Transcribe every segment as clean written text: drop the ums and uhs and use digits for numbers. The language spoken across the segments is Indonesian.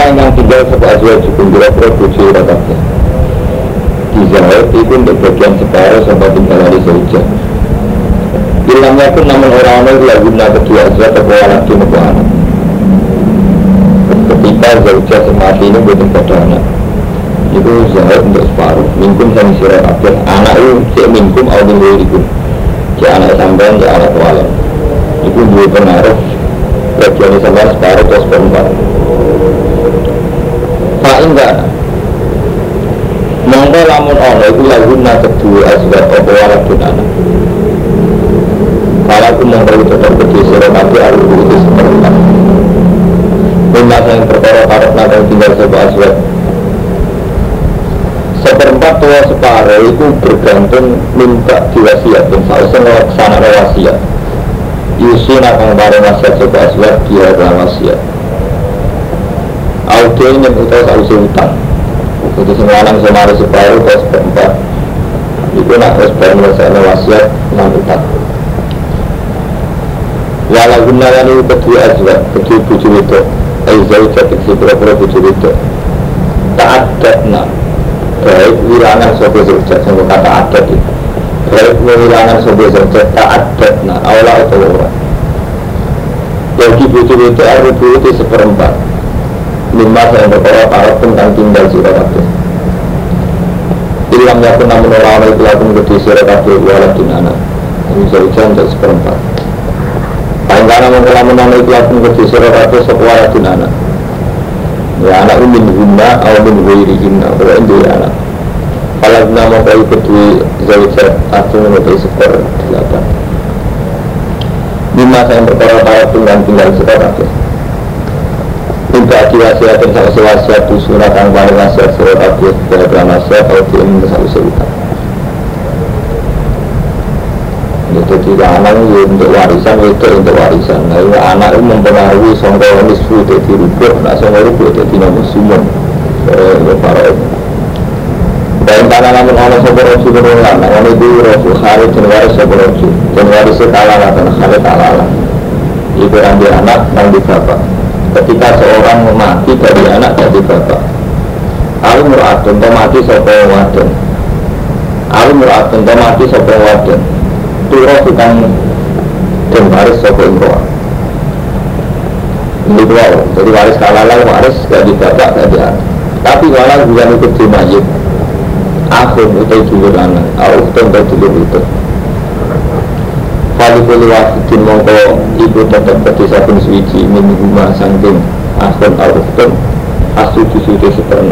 yang tinggal sebuah azwaj kumpul bojo ora kabeh. Dizawet itu untuk bagian separuh sampai tinggal hari saja. Ilangnya pun namun orang-orang itu guna kedua azwaj atau anak di anak. Ketika zauja semati ini butuh pada anak, itu zawet untuk separuh. Minkum sama sirah kabeh. Anak itu cek minkum atau minkum. Cek anak sampean, cek anak tualan. Itu dua pengaruh. Bagian sampean separuh atau seperempat. Pak enggak. Monggo lamun ana iku laguna kedua azwaj apa waladun anak. Kalau aku monggo tetap kedhi sira kabeh arep iki seperempat. Benda yang perkara karena yang tinggal sebuah azwaj. Seperempat tua separuh itu bergantung minta diwasiatkan. Seharusnya melaksanakan wasiat. Yusin akan bareng wasiat sebuah azwaj dia adalah wasiat. Audio ini kita seharusnya hutang. Jadi sembilan semari separuh atau seperempat itu nak separuh melaksanakan wasiat enam hutang. Walau gunakan itu kedua azwaj, kedua buju itu Aizau jatik si pura-pura buju itu tak adatna baik wilangan sobat zurjat sama kata adat itu baik wilangan sobat zurjat tak adatna awal atau orang bagi buju itu ada buju seperempat 5 yang berkara para tentang tinggal sirakabeh ilangnya pun namun orang-orang itu lakukan gede sirakabeh waladun anak ini zurjat untuk seperempat karena mengkelaman itu lakukan gede sirakabeh sewaladun anak ya anak min guna atau min wiri guna kalau ini anak kalau nama kau kedua zawjat atau mengenai seper 8 5 yang berkara para tinggal sirakabeh tidak diwasiatkan sama sewasiat itu surat yang paling wasiat sirakabeh dari wasiat atau dia mengesal seutang. Jadi anak itu untuk warisan, itu untuk warisan. Nah, anak itu mempengaruhi songkol nisfu jadi rubuk, nak songkol rubuk jadi nama sumun. Para dan karena namun Allah songkol roju berulang, namun itu roju Khalid dan waris songkol roju dan warisnya talalah dan Khalid talalah. Itu nanti anak, nanti bapak. Ketika seorang mati dari anak jadi bapak, al-mu'adun mati sopeng waden, al-mu'adun mati sopeng waden. Turah tukang dan waris sopeng roh. Ini dua, jadi waris kalalah waris gak dibapak gak dia. Tapi walau bukan ikut di majid, akhir itu dulur anak, akhir itu dulur itu. Falikul wafidin mongko ibu tetap kedisa pun suci minimuma sangking akhir akhir asuju-suju sepenuh.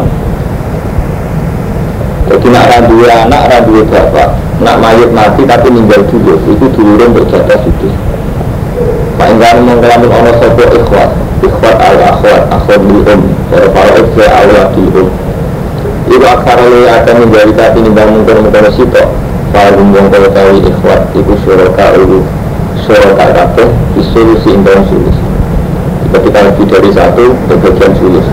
Jadi nak radua anak, radua bapak, nak mayat mati tapi meninggal dulu, itu dulurun berjata situ. Pak Ingkar mengkelamin Allah sopo ikhwat al-akhwat, akhwat di'um, para ikhwat Allah di'um. Itu aksara lu akan menjadi kati nimbang mungkin sitok. Para bumbung kalau tahu ikhwat, itu syuraka kabeh, disolusi indang sulus. Ketika lebih dari satu, berbagian sulus.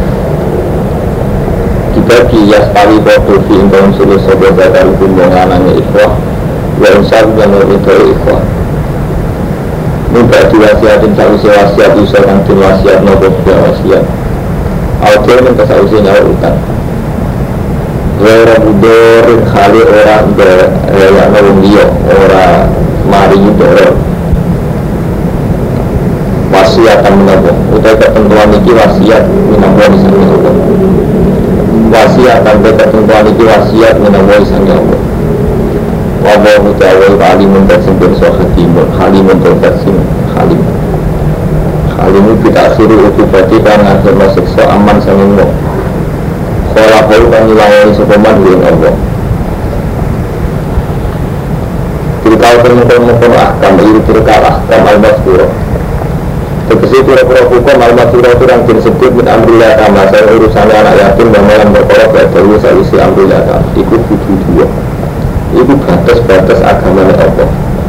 Dibagi yastari bodoh fi indang sulus sebuah zakar bumbung anaknya ikhwah wa insar yang meridai ikhwah minta diwasiatin sausi wasiat usahakan tim wasiat nopo dia wasiat audio minta sausi nyawa utang orang budorin khali orang yang ngelungiyo orang mari dorong wasiat akan menabung utai ketentuan ini wasiat menabung misalnya Allah wasiat sampai ketentuan itu wasiat menawai sang Allah wabahu ta'awai halimun tersimpir sohatimun halimun tersimpir halimun kita akhiru ukubati karena akhirnya siksa aman sangingmu kholafahu kan nilawai sepeman dengan Allah berkau termukul-mukul ahkam iri berkal ahkam al-masburo tegesi pura-pura hukum al-masburo itu yang disebut min amrillah kama saya urusannya anak yatim dan malam berkorok berdawi salisi amrillah kama ikut kudu dua itu batas-batas agamanya Allah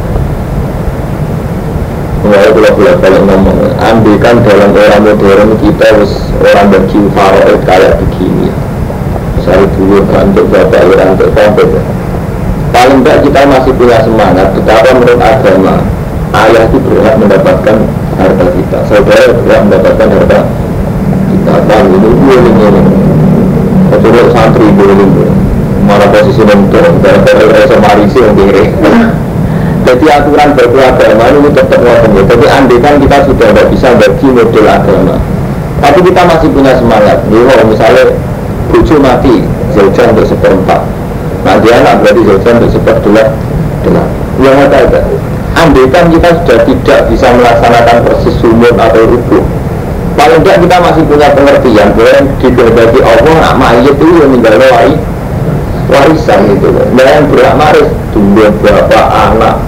mulai bolak balik ngomong ambilkan dalam era modern kita orang bagi faraid kayak begini misalnya dulu untuk bapak untuk kompet paling tidak kita masih punya semangat betapa menurut agama ayah itu berhak mendapatkan harta kita saudara berhak mendapatkan harta kita bang ini ini coba santri boleh malah posisi mentor gara-gara rasa marisi yang diri. Jadi aturan bagi agama ini tetap wajib. Tapi andai kan kita sudah tidak bisa bagi model agama, tapi kita masih punya semangat. Jadi misalnya bucu mati zaujan untuk seperempat, nah dia anak berarti zaujan untuk seperdua. Yang ada. Andai kan kita sudah tidak bisa melaksanakan persis sumur atau rubuh, paling tidak kita masih punya pengertian bahwa dikehendaki Allah nak mayit itu yang meninggal warisan gitu loh. Dan berak maris dua bapak anak.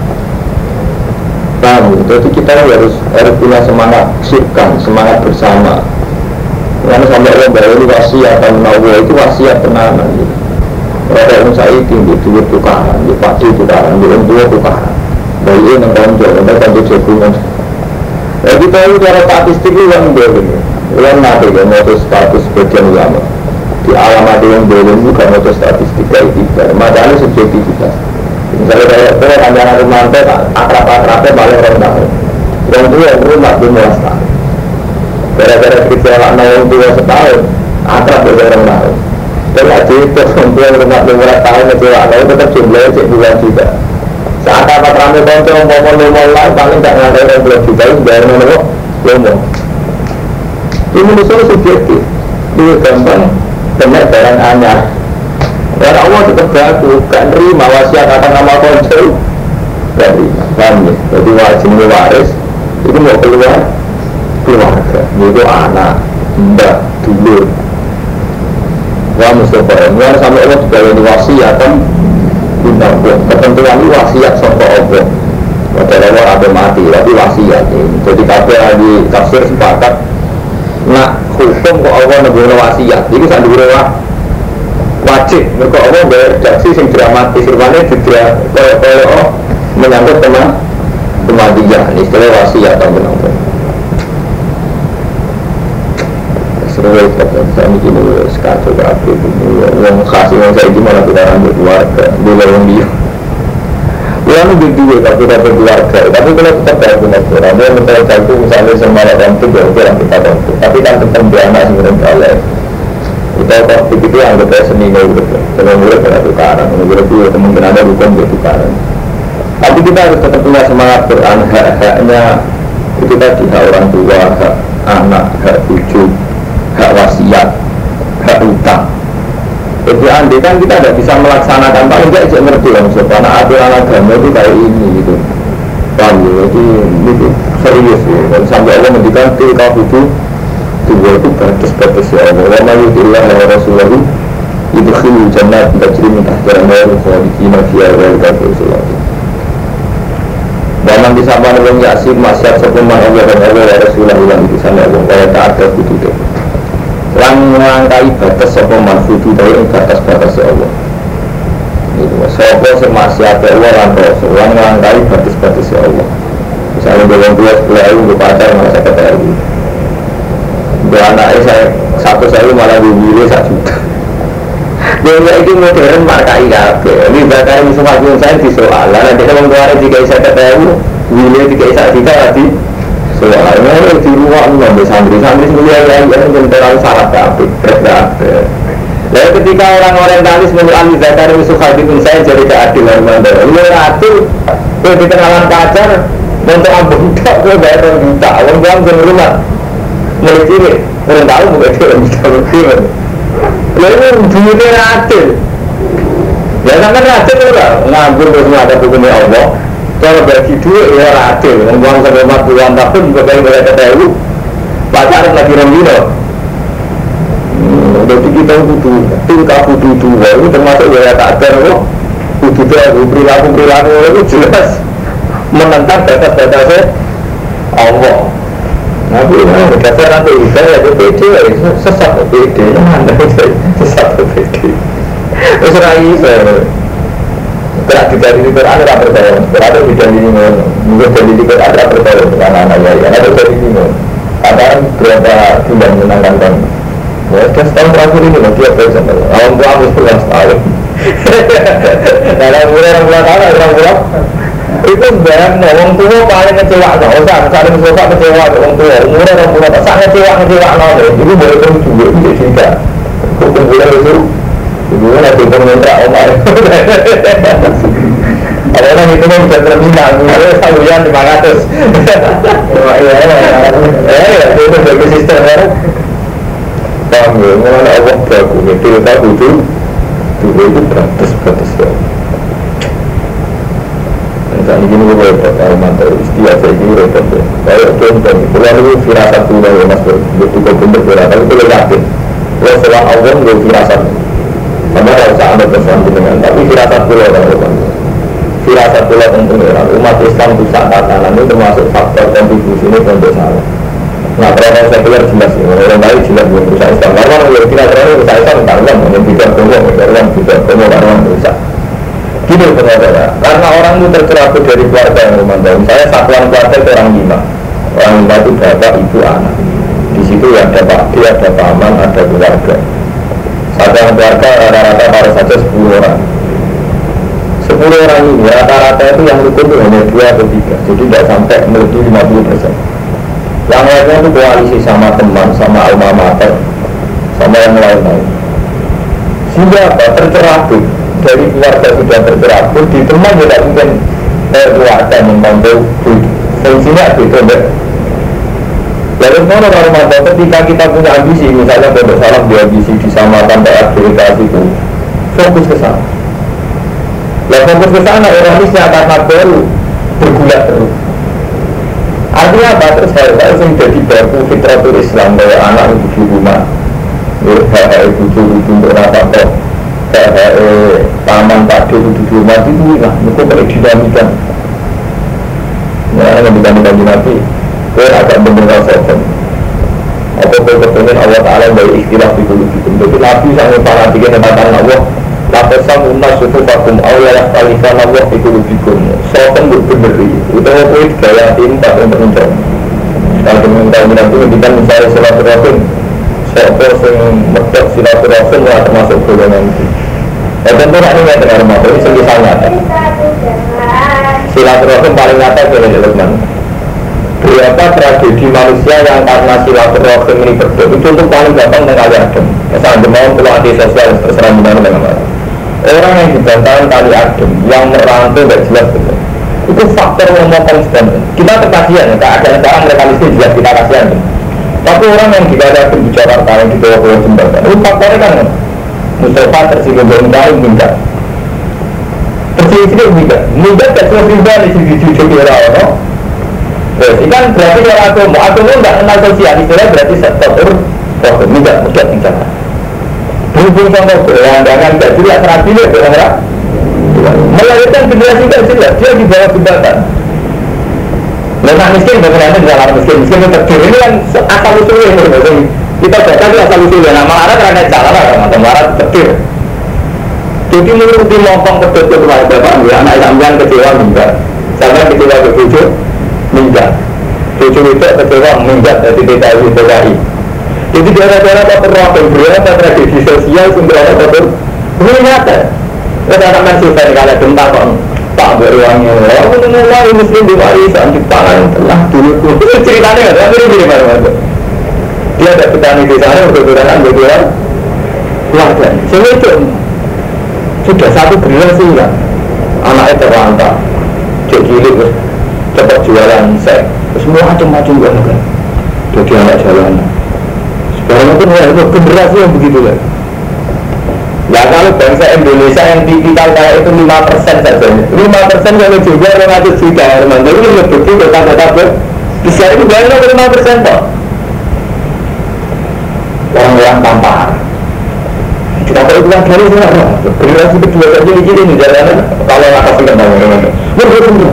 Jadi kita harus punya semangat sirkan, semangat bersama. Karena sampai Allah bahwa ini wasiat dan menawa itu wasiat tenanan gitu. Kalau orang saya tinggi duit tukaran, di pasti tukaran, di orang tua tukaran. Dari ini yang konjol, ada konjol jagungan. Ya kita itu cara statistik itu yang boleh. Yang nanti kan mau status bagian ulama. Di alamat yang boleh bukan mau statistik kayak kita. Macamnya subjektivitas. Misalnya kayak kanjangan rumah itu akrab-akrabnya paling rendah. Yang itu yang rumah di muasta. Gara-gara kita anak orang tua setahun, akrab dari orang lain. Dan aja itu yang rumah 15 tahun itu anak itu tetap jumlahnya cek 2 juta. Saat apa ramai konco ngomong lain paling tak ngantai orang 2 juta itu bayar ngomong. Ini menurut subjektif. Ini gampang benar barang anyar. Dan Allah tetap baku, kan terima wasiat akan nama konco. Kan terima, paham ya? Jadi wajib waris itu mau keluar keluarga, itu anak, mbak, dulur. Wah Mustafa, ini sampai Allah juga yang wasiat kan bintang pun, ketentuan ini wasiat sampai Allah. Padahal Allah ada mati, tapi wasiat ini. Jadi kabeh di tafsir sepakat nak hukum kok Allah nebuna wasiat, ini sandiwira wajib. Mereka Allah beredaksi yang dramatis, irwannya juga kalau menyangkut teman kematian, istilah wasiat atau benang-benang. Seruai kata kami kini sekacau berarti yang kasih yang saya gimana tukaran berkeluarga dulu yang dia yang berdua tapi tidak berkeluarga tapi kalau tetap ada pengakuan dia mencari satu misalnya semalam itu berkurang kita bantu tapi kan tetap dia anak sebenarnya oleh kita topik itu yang kita seni kalau mulai pada tukaran menurut itu kemungkinan ada bukan bertukaran tapi kita harus tetap punya semangat Quran hak-haknya itu tadi hak orang tua hak anak hak cucu hak wasiat, hak utang. Jadi andai kan kita tidak bisa melaksanakan paling tidak saya ngerti lah karena aturan agama itu kayak ini gitu. Paham ya? Jadi itu serius ya. Dan sampai Allah mendikan tilka hudu dua itu batas-batas ya Allah. Wa ma yutillah wa rasulahu yudkhilul jannat tajri min tahtiha al-anhar khalidina fiha wa yadkhulul Waman disabana wong yasin masyarakat sepeman Allah dan Allah wa rasulahu yang disana Allah wa ta'ala hudu yang melangkai batas sepeman hudu dari batas-batas Allah sopo semaksiat Allah dan Rasul yang melangkai batas-batas Allah misalnya dalam 12 pacar merasa ketahui dan anaknya saya malah dimilih 1 juta dia itu modern markai kabeh ini bakal misalnya saya di soal nanti kalau keluarnya jika saya ketahui milih jika saya juta tadi soalnya di ruang ngambil santri-santri mulia yang terlalu syarat kabeh lalu ketika orang orientalis menurut Zakari Sukhadi pun saya jadi keadilan mandor lu adil gue di kenalan pacar untuk ambung tak gue bayar 2 juta orang bilang ke rumah mulai kiri orang tahu bukan dia orang juta rupiah lalu duitnya adil ya sampai adil udah ngambur semua ada hukumnya Allah kalau bagi duit ya adil ngomong sampai 40 tahun juga bayar ketahui pacaran lagi rembino jadi kita kudu dua itu termasuk ya tak ada kok kudu perilaku itu jelas menentang batas-batasnya Allah tapi dasar nanti saya ada PD sesat PD sesat PD terus rai saya berat dari itu ada bertahun berada di dalam ini mungkin dari itu ada bertahun dengan anak-anak ya ada dari ini ada berapa bulan menangkan kan ya setahun terakhir ini nanti apa yang sampai awam tua habis pulang setahun dalam bulan tahun orang pulang Itu sebenarnya orang tua paling kecewa, nggak usah saling suka kecewa orang tua. Umurnya orang tua tak sangat kecewa nol. Itu boleh pun juga itu juga. Hukum bulan itu, itu nanti komentar omar. Ada orang itu kan bisa terminal, misalnya saluran 500. Ya, itu bagi sistem kan. Paham ya, mana Allah baku itu tahu itu batas ya. Misalnya gini gue repot, mantap istilah saya gini repot ya. Kayak contoh, kalau itu firasat sudah ya mas, cukup bener firasat, tapi kalau yakin, kalau selang Allah gue firasat, sama kalau saya ada pesan dengan, tapi firasat pulau kan. Firasat pula tentang umat Islam itu saat tatanan itu termasuk faktor kontribusi ini untuk salah. Nah, kalau saya kira jelas ya, orang lain jelas belum berusaha Islam. Karena orang kira terakhir berusaha Islam karena yang tidak karena berusaha. Gini saudara, karena orang itu tercerabut dari keluarga yang memandang. Saya satuan keluarga itu orang 5. Orang 5 itu bapak, ibu, anak. Di situ ada pak D, ada paman, ada keluarga. Satuan keluarga rata-rata baru saja 10 orang. 10 orang ini rata-rata itu yang rukun itu hanya 2 atau 3, jadi tidak sampai melebihi 50%. Yang lainnya itu koalisi sama teman, sama alma mater, sama yang lain-lain. Sehingga apa? Tercerabut dari keluarga sudah tercerabut, di teman tidak mungkin keluarga membantu fungsinya gitu deh. Lalu sebenarnya orang ketika kita punya ambisi, misalnya pondok salam diambisi disamakan aktivitas itu, fokus ke sana. Lah fokus ke sana ironisnya karena baru bergulat terus. Artinya apa? Terus saya sing jadi baku fitratul Islam bahwa anak itu di rumah, ibu itu untuk apa kok, paman padu itu di rumah itu lah, itu boleh dinamikan. Ya, yang dinamikan nanti, saya agak benar sopan. Apa kepengen Allah Taala dari istilah itu. Jadi Nabi sangat perhatikan tentang Allah. Lapesan unas sufufakum awyalah kalifan Allah itu lebihkum sopan berberi itu apa gaya tinta yang menunjukkan kalau teman-teman itu menjadikan misalnya silaturahim sopo yang medok silaturahim yang termasuk golongan itu tentu ini tidak dengar mata ini sendiri sangat silaturahim paling nyata oleh Lukman. Berapa tragedi manusia yang karena silaturahim ini berdua itu contoh paling gampang dengan Adam misalnya mau kalau anti sosial terserah dimana dengan mana. Orang yang dibantahkan tali adem, yang merantau tidak jelas betul. Itu faktor yang mau konsisten. Kita terkasihan, keadaan sekarang mereka miskin jelas kita kasihan. Tapi orang yang dikatakan di Jakarta yang di bawah jembatan, itu faktornya kan Mustafa tersinggung dari minggat. Tersinggung minggat tak cuma pindah di sisi orang. Terus kan berarti orang agama tidak kenal sosial, istilahnya berarti sektor minggat minggat. Hubung sama perandangan gak jelas rapinya orang melahirkan generasi gak jelas dia di bawah jembatan. Lemak miskin bagaimana di dalam miskin itu terjun ini kan asal usulnya kita baca itu asal usulnya nama arah karena jalan lah nama arah terjun jadi menurut di mongkong kedua keluarga bapak anak sambian kecewa minggat sampai kecewa ke tujuh minggat tujuh itu kecewa minggat dari TKI. Jadi daerah-daerah tak terlalu berapa tragedi sosial sumber apa itu ini nyata. Kita akan mencoba kalau gempa kok tak beruangnya. Orang mengenai muslim di warisan di pangan telah dulu. Itu ceritanya nggak ada ini mana-mana. Dia ada petani di sana berkeluaran berkeluar keluarga. Semua itu sudah satu generasi kan. Anaknya terlantar, jadi cepat jualan seks, semua macam-macam kan. Jadi anak jalanan. Sekarang itu generasi yang begitu kan. Ya kalau bangsa Indonesia yang tipikal kayak itu 5% saja 5% kalau juga 200 juta teman jadi itu betul kata-kata bisa itu banyak 5% toh orang-orang tampar kita tahu itu kan dari sana generasi kedua saja ini jalannya kalau nggak kasih nggak mau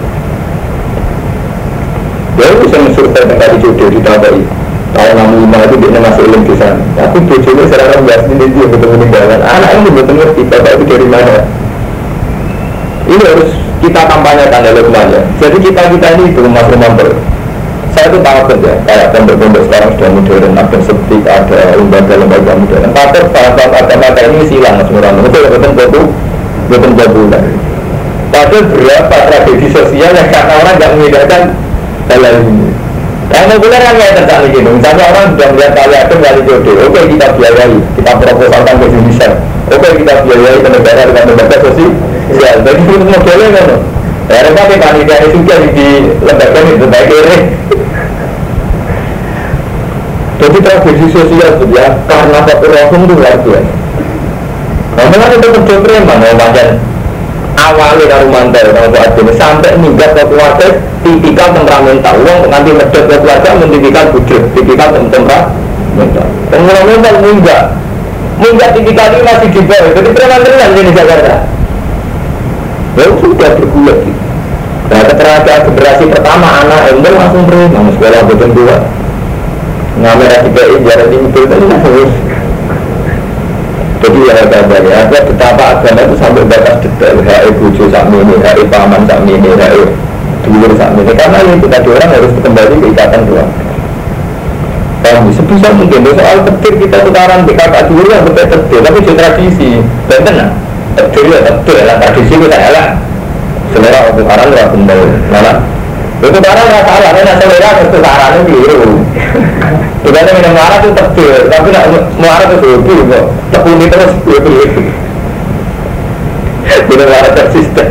ya itu bisa mensurvei tentang jodoh ditambahi tahun 65 itu dia masuk ilmu di sana tapi bojone secara biasa dia betul meninggalkan anak ini betul ngerti bapak itu dari mana ini harus kita kampanyekan dalam rumahnya jadi kita ini itu rumah ber saya itu tahu saja kayak pondok-pondok sekarang sudah modern ada seperti ada lembaga modern tapi bahan-bahan agama ini silang mas Murano itu betul-betul populer Padahal berapa tragedi sosial yang karena orang nggak mengindahkan hal ini. Yang populer kan kayak terjadi gitu. Misalnya orang sudah melihat kali adem kali jodoh, oke kita biayai, kita proposalkan ke Indonesia, oke kita biayai ke negara dengan lembaga sosial. Jadi itu modelnya kan. Ya, tapi panitia itu juga di lembaga itu baik ini. Jadi tragedi sosial itu ya karena faktor langsung itu luar biasa. Memang itu kerja preman, macam awalnya dari mantel kalau buat ini sampai minggat ke keluarga, tipikal temperamental. Uang nanti medot ke keluarga, mentipikal bujuk, tipikal temperamental. Temperamental minggat tipikal ini masih di bawah. Jadi preman-preman di Jakarta. Ya sudah bergulat. Nah, ketika generasi pertama anak ember langsung preman, sekolah betul dua. Ngambil RTPI biar dihitung itu harus. Jadi ya kabarnya ada betapa agama itu sampai batas detail. Hai bucu sami ini, hai paman sami ini, hai dulur sami ini. Karena ini kita orang harus kembali ke ikatan keluarga. Paham? Sebisa mungkin soal petir kita sekarang di kakak dulu yang betul petir, tapi itu tradisi. Benar? Petir ya petir lah tradisi kita lah. Selera orang nggak kembali, malah. Itu barang nggak salah, karena selera itu sarannya biru. Tidak minum marah itu tebal, tapi nak marah itu hobi kok. Tekuni terus hobi. Minum marah persisten.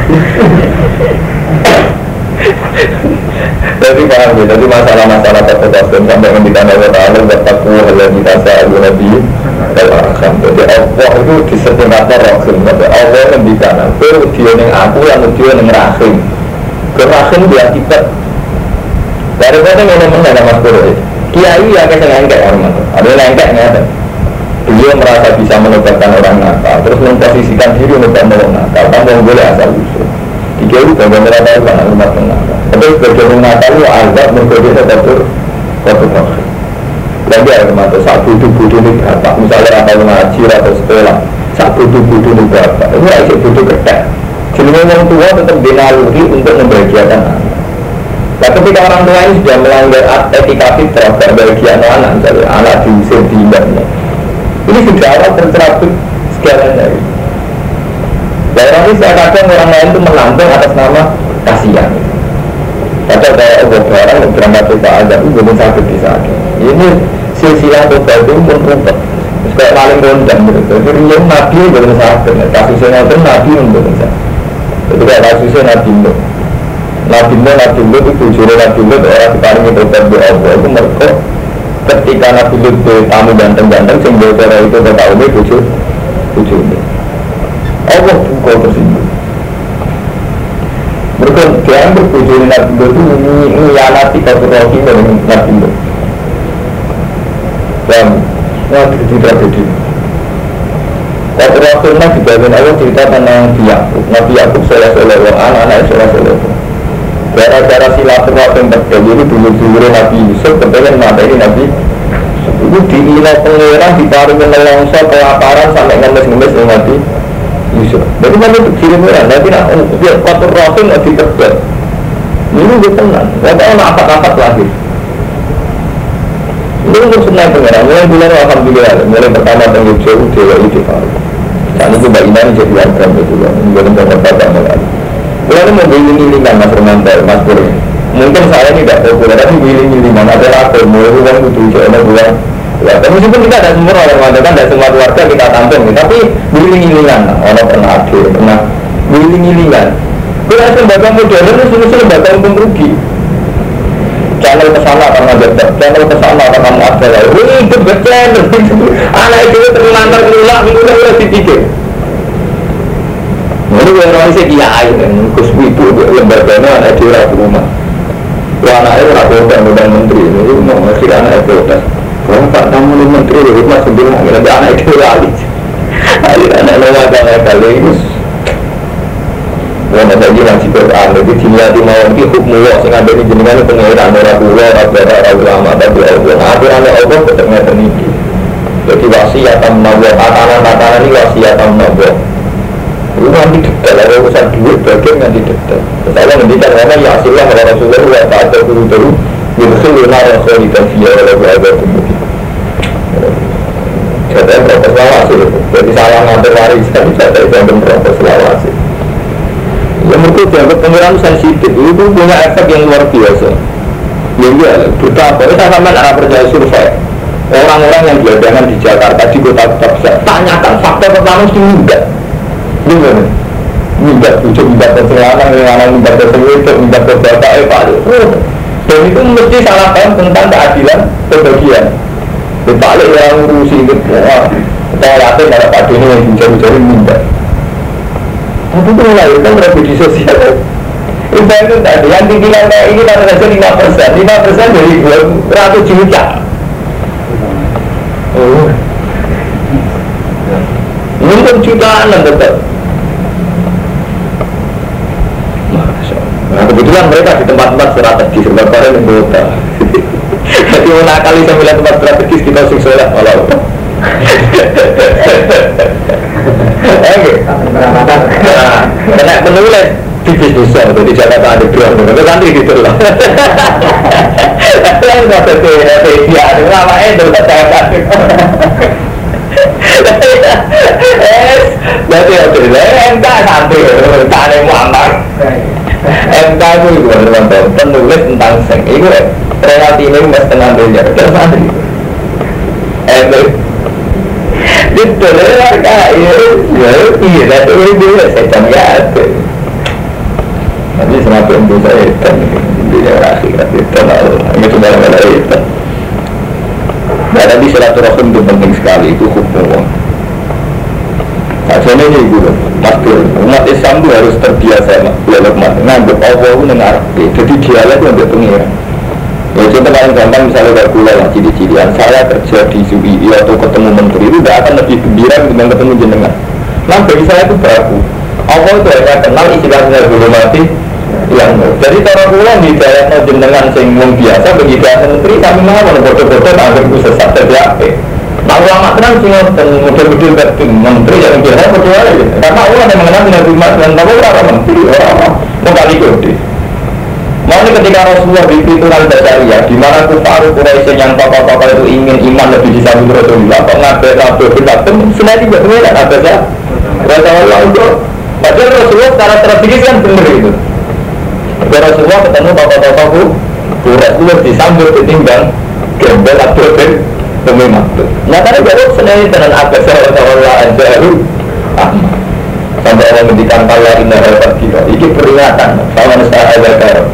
Jadi paham ya, jadi masalah-masalah terkosong sampai ketika Allah Ta'ala bertakwa Allah kita sa'adu Nabi Al-Arham. Jadi Allah itu disempurnakan Rahim. Jadi Allah ngendikan aku, dia yang aku, yang dia yang Rahim. Rahim dia tiba. Daripada ngomong ada Mas Pura Kiai ya kayak lengkek orang itu, ada lengkek nggak? Beliau merasa bisa menobatkan orang nakal, terus memposisikan diri untuk orang nakal, tanpa boleh asal usul. Kiai juga merasa karena umat nakal. Tapi sebagai orang nakal itu azab mengkode satu fakir. Lagi ada mata saat butuh ini berapa? Misalnya apa mengaji atau sekolah, saat butuh ini berapa? Ini aja butuh ketek. Jadi orang tua tetap dinaluri untuk membahagiakan anak. Nah ketika orang tua ini sudah melanggar etika fitrah dan bahagia anak, misalnya anak diusir di indahnya, ini sudah awal tercerabut segalanya. Daerah ini saya kadang orang lain itu menampung atas nama kasihan. Padahal kayak barang berangkat ke azab itu belum sakit di sana. Ini silsilah tobat itu menutup. Kayak paling rendah gitu. Jadi yang nabi belum sakit. Kasusnya itu nabi belum sakit. Itu kayak kasusnya nabi belum. Nabi Lut itu tujuan Nabi Lut orang sekarang itu berdoa Allah itu mereka ketika Nabi Lut tamu ganteng-ganteng sehingga cara itu bertahu ini tujuan Allah buka tersebut mereka dia bertujuan Nabi Lut itu menyianati kata-kata dari Nabi Lut dan Nabi tidak jadi kata-kata Nabi bagian Allah cerita tentang Nabi Yakub soleh-soleh anak-anak soleh-soleh gara-gara silaturahim terjadi dulu-dulu Nabi Yusuf kemudian mata ini Nabi itu diilah pengeran diparingi melongso kelaparan sampai ngemis-ngemis Nabi Yusuf jadi mana itu kirim-kirim nanti nak biar kotor rahim lebih terberat ini dia tenang gak tahu nak apa-apa lahir ini untuk senang pengeran mulai bulan Alhamdulillah mulai pertama tanggung jauh dewa itu saat itu Mbak Ina jadi warga itu belum terdapat mulai kalau mau giling-gilingan Mas Romantel, Mas Pur mungkin saya ini tidak populer, tapi giling-gilingan ada apa, mau uang itu jangan buang ya, meskipun kita ada semua orang kan ada semua keluarga kita tampung tapi giling-gilingan, orang pernah ada, pernah giling-gilingan kita lembaga modern itu semua lembaga untung rugi channel kesana karena jatuh, channel kesana karena ada ini hidup channel anak itu terlantar keluar, itu udah dipikir ini orang ini kiai kan, kusbi itu lembaganya anak dia rakyat rumah. Kalau anaknya rakyat dan menteri, ini mau ngasih anaknya protes. Kalau Pak kamu ini menteri, itu masih bilang, nanti anak dia rakyat. Anak lembaga kali ini. Kalau ada lagi masih Quran, jadi dimilati mau nanti hukum Allah, sehingga ada di jenengan pengeran orang tua, orang ulama, tapi Allah. Aturan Allah ternyata ini. Jadi wasiatan nabuah, tatanan ini wasiatan nabuah. Itu nanti detail, ada urusan duit bagian nanti detail. Misalnya mendikan karena ya hasilnya kalau Rasulullah wa ta'ala guru-guru yurkhiluna rasulullah via oleh kemudian jatahnya proses lawasi. Jadi saya ngambil waris kan jatahnya jambin proses lawasi. Mereka dianggap pengiran sensitif, itu punya efek yang luar biasa. Ya enggak, betapa, saya sampai arah percaya survei orang-orang yang gelandangan di Jakarta, di kota-kota besar, tanyakan fakta pertama mesti minggat. Gimana? Minggat, ucap minggat ke selatan, minggat ke seluruh, minggat ke bapak, dan itu mesti salah paham tentang keadilan pembagian. Balik yang ngurusi itu, kita yakin pada pagi ini yang jauh-jauh minggat. Tapi itu melahirkan tragedi sosial. Itu tadi, yang tingginya kayak ini kan saja 5% dari 200 juta. Mungkin jutaan tetap. Nah kebetulan mereka di tempat-tempat strategis sebab-sebab yang kota. Jadi menakali sambil tempat strategis kita sukses kalau kena penulis di bisnis di Jakarta ada dua itu nanti gitu loh. Yang nggak sesuai dia, lama itu kecewa. Berarti oke, MK santai, tane Muhammad. MK itu teman-teman penulis tentang seng, itu relasi ini mas tengah belajar santri. Itu lah kayak iya, itu saya camkan. Nanti semakin bisa itu, dia akhirat itu lalu, ini sudah mulai itu. Nah, tadi silaturahim itu penting sekali, itu hukum. Jadi ini juga, pasti umat Islam itu harus terbiasa nganggap Allah itu nengarap. Jadi dialog itu ngambil pengiran. Ya contoh paling gampang misalnya kayak gula yang ciri-cirian saya kerja di SUBI atau ketemu menteri itu tidak akan lebih gembira dibanding ketemu jenengan. Nah bagi saya itu baku. Allah itu hanya kenal istilahnya belum mati yang jadi cara gula di daerah jenengan sing biasa bagi bahasa menteri kami mengapa bodoh-bodoh anggap itu sesat jadi apa? Nah ulama tenang sih model-model berarti menteri yang biasa percaya karena Allah yang mengenal dengan umat dan tahu orang menteri mau kali gede. Mau ini ketika Rasulullah di Fitunan Basaria, di mana Kufaru Quraisy yang tokoh-tokoh itu ingin iman lebih disambung Rasulullah, kok ngabek sebenarnya tidak benar ada saja. Rasulullah itu, padahal Rasulullah secara strategis kan benar itu. Rasulullah ketemu tokoh-tokoh Quraisy disambung ketimbang gembel atau pemimpin. Nah karena baru sebenarnya dengan abad Rasulullah Anjaru, sampai orang mendikan kala inna hebat kita. Ini peringatan sama Nusra Al-Zakar.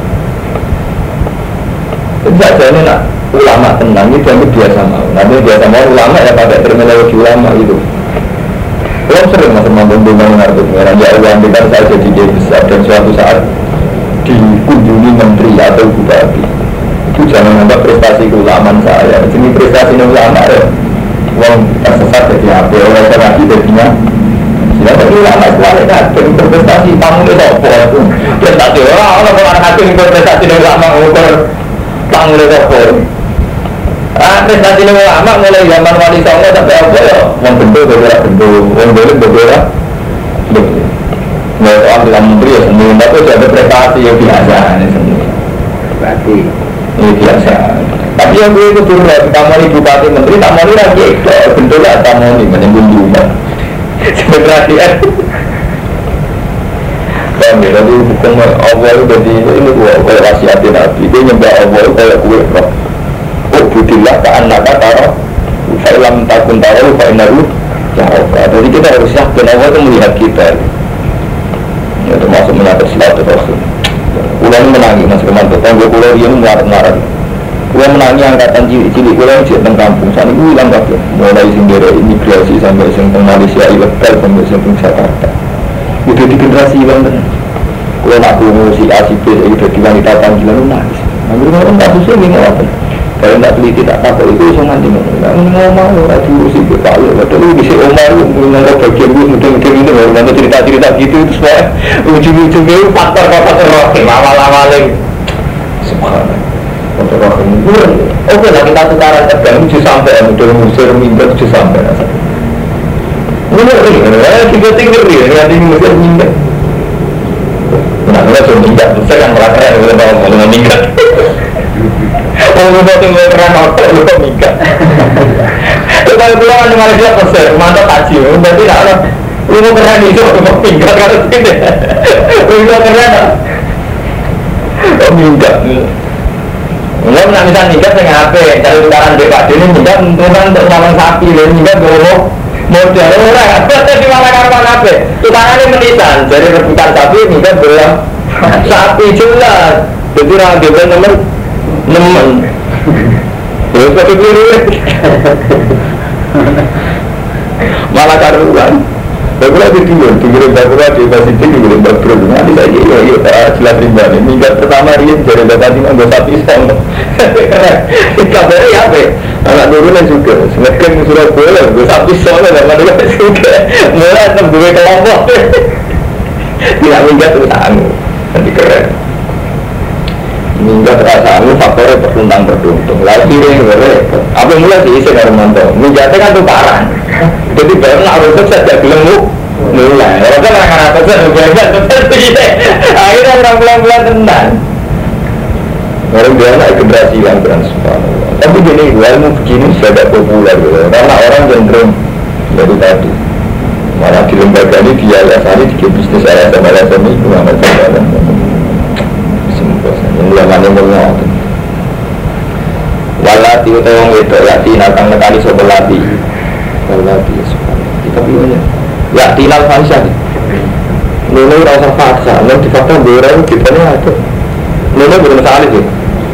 Saja ini nak ulama tenang itu yang biasa mau. Nanti biasa mau ulama ya pakai terminologi ulama itu. Belum sering masuk mampu mengarut merah. Ya Allah ambilkan saya jadi dia besar dan suatu saat dikunjungi menteri atau bupati. Itu jangan anggap prestasi keulamaan saya. Ini prestasi ulama ya. Uang tersesat jadi apa? Orang lagi jadinya. Siapa ulama sebenarnya dan berprestasi tamu itu apa? Prestasi orang hakim berprestasi ulama ukur. Panggil apa? Prestasi ulama mulai zaman Wali Songo sampai apa ya? Yang bentuk bergerak bentuk, yang boleh bergerak. Nggak soal bilang menteri ya sendiri, tapi ada prestasi yang biasa ini sendiri. Berarti ini biasa. Tapi yang gue itu dulu lagi tamoni bupati menteri, tamoni lagi bentuknya tamoni menyembun juga. Sebenarnya. Kami tadi bukan Allah itu jadi ini gua wasiatin Nabi dia nyembah Allah itu kayak kue roh. Oh budillah ke anak kata fa'ilam takun tahu fa'inaru ya Allah. Jadi kita harus yakin Allah itu melihat kita. Ya termasuk menyatakan silaturahim. Ulang menangi Mas Kemanto. Tanggung pulau dia mengarang. Ulang menangi angkatan cilik-cilik ulang cek teng kampung. Sana itu hilang kabeh. Mulai sing dari imigrasi sampai sing teng Malaysia ilegal sampai sing teng Jakarta. Udah di generasi hilang kan. Kalau nak promosi ACP itu di wanita panggilan nangis. Namun orang tak susah ni ngawat. Kalau tak teliti tak tahu itu sangat tinggal. Namun mau orang diurusi berpalu. Betul bisa omar menganggap bagian mungkin ini orang cerita-cerita gitu itu semua ujung-ujungnya faktor-faktor rohim awal-awal yang subhanallah. Faktor rohim. Oke lah kita tukaran tergantung 7 sampai mudah musir minggat 7 sampai. Ini tiga-tiga ini nanti musir minggat. Nah, kita sudah minggat, saya kan melakukan yang kita bawa mau minggat. Kalau kita tunggu keren hotel, lupa minggat. Kalau pulang di Malaysia peser, mantap haji, berarti tak ada. Lu keren itu, mau tinggal kalau sini. Lu keren ah. Oh minggat. Enggak pernah bisa minggat dengan apa? Cari tukaran BKD ini minggat tukaran untuk nyawang sapi, dan minggat dorong modal orang. Di mana kapan apa? Tukarannya menisan, jadi rebutan sapi minggat dorong sapi jelas. Jadi orang dia nemen. Terus pada kiri. Malah karuan. Bagus lagi tinggal bagus di masjid tinggal bagus. Nanti saya jelas ribuan. Minggat pertama dia jadi bapak tinggal dua sapi song. Kabarnya apa? Anak turunan juga. Semakin sudah boleh dua sapi song dan mana juga. Mulai terdua kelompok. Tidak minggat terus anu. Nanti keren. Minggat terasa anu faktornya bertuntang. Lagi ini repot. Apa mulai sih isi Hermanto? Minggatnya kan tukaran. Jadi baru nak rusak saja belum mulai. Kalau kan akan atas saja seperti ini. Akhirnya orang pelan-pelan tenang. Orang dia nak generasi yang transparan. Tapi gini, ilmu begini sudah populer karena orang cenderung dari tadi. Malah di lembaga ini dia alasan di bisnis alasan ini gimana cara semua yang mengenai walati utang itu lati nakang nekali sobelati walati tapi ya tinal fansah nuna rasa faksa nuna di fakta berang kita ni ada nuna belum salah itu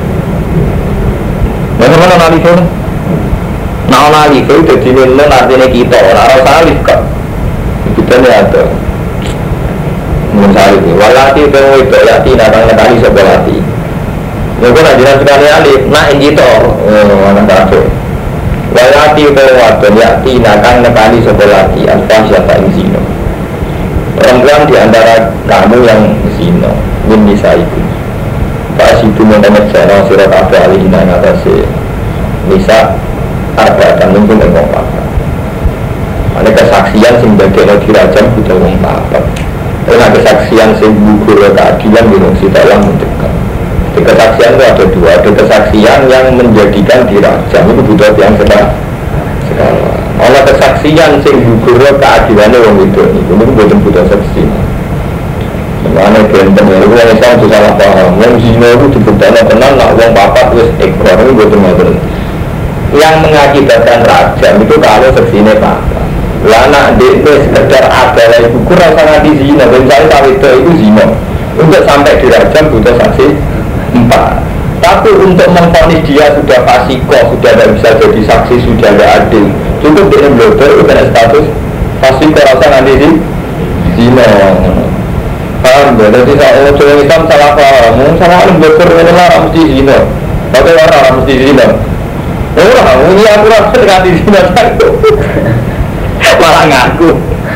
mana analis itu nah analis itu jadi nuna artinya kita orang rasa alif kan kita ni ada belum salah itu walati utang itu lati nakang nekali sobelati mungkin ajaran sekali alif, nak inditor, mana kafe. Walati utawa yati nakang nekali sebelati alfan siapa zino. Perempuan di antara kamu yang zino, min bisa itu. Pas itu mengenai cara surat apa alih nang atasnya bisa ada dan mungkin engkau apa. Ada kesaksian sing bagian dirajam bukan wong apa. Dan kesaksian sing gugur keadilan di si dalam mendekat. Kesaksian itu ada dua, ada kesaksian yang menjadikan dirajam itu butuh yang sekarang. Oleh kesaksian sing gugur keadilannya orang itu butuh saksi. Mana benten ya, orang Islam itu salah paham. Yang zina itu dibuktikan tenang, nak uang papat terus ekor itu butuh macam. Yang mengakibatkan rajam itu kalau saksinya apa? Lana itu sekedar ada lagi gugur rasa nanti zina, misalnya kalau itu zina, untuk sampai dirajam butuh saksi 4. Tapi untuk memvonis dia sudah fasikoh, sudah tidak bisa jadi saksi, sudah tidak adil, cukup dia blogger itu kena status fasikoh rasa nanti di zina. Paham ya? Jadi saya orang Islam salah paham, salah blogger ini lah mesti zina, tapi orang mesti zina. Orang ini aku rasa dekat di zina satu, malah ngaku.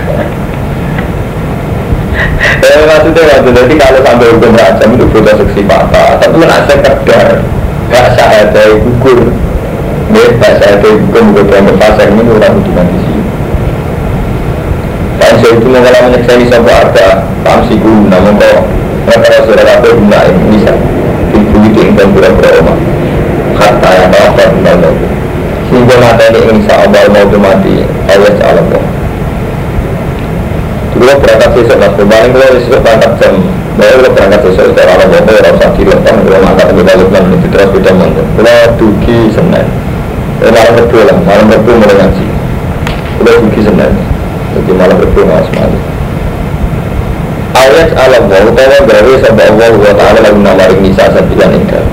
Maksudnya jadi kalau sampai hukum rajam itu butuh saksi fakta, tapi kan sekedar gak sahada gugur, gak sahada hukum bukan berfasek ini orang hubungan di sini. Kalau saya itu mengalami menyekseni sebuah ada pamsi guna, namun kok mereka sudah apa guna ini bisa ibu itu ingin pura-pura omah kata yang apa guna sehingga mata ini insya Allah mau mati ayat alam. Kalau berangkat besok, mas paling kalau besok berangkat jam, kalau berangkat besok itu orang bawa orang sakit lepas, kalau angkat kita lepas itu terus kita mandi. Kalau dugi Senin, malam Rabu lah, malam Rabu mulai ngaji. Kalau dugi Senin, jadi malam Rabu mas mandi. Ayat alam bawa, kalau gawe sampai Allah buat Allah lagu nawarin nisa sembilan ingkar.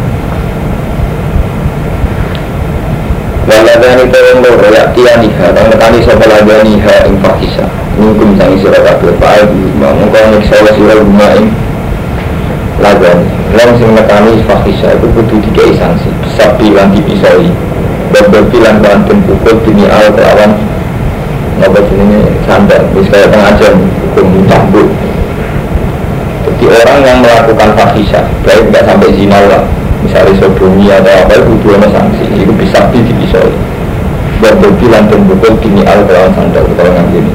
Walaupun itu yang berreaksi aniha, dan nekani sebelah aniha infakisah. Mungkin sangi sirah kabir Pak Ibu mengkau nyeksa sirah gumain lagan lang sing nekani fakisah itu kudu dikai sanksi sapi lan dipisoi berberpi lan banten pukul dini al kelawan ngobat ini sandal misalnya pengajian hukum cambuk. Jadi orang yang melakukan fakisah baik tidak sampai zina lah misalnya sodomi atau apa itu kudu ada sanksi itu bisa dipisoi berberpi lan pukul dini al kelawan sandal kalau nggak gini.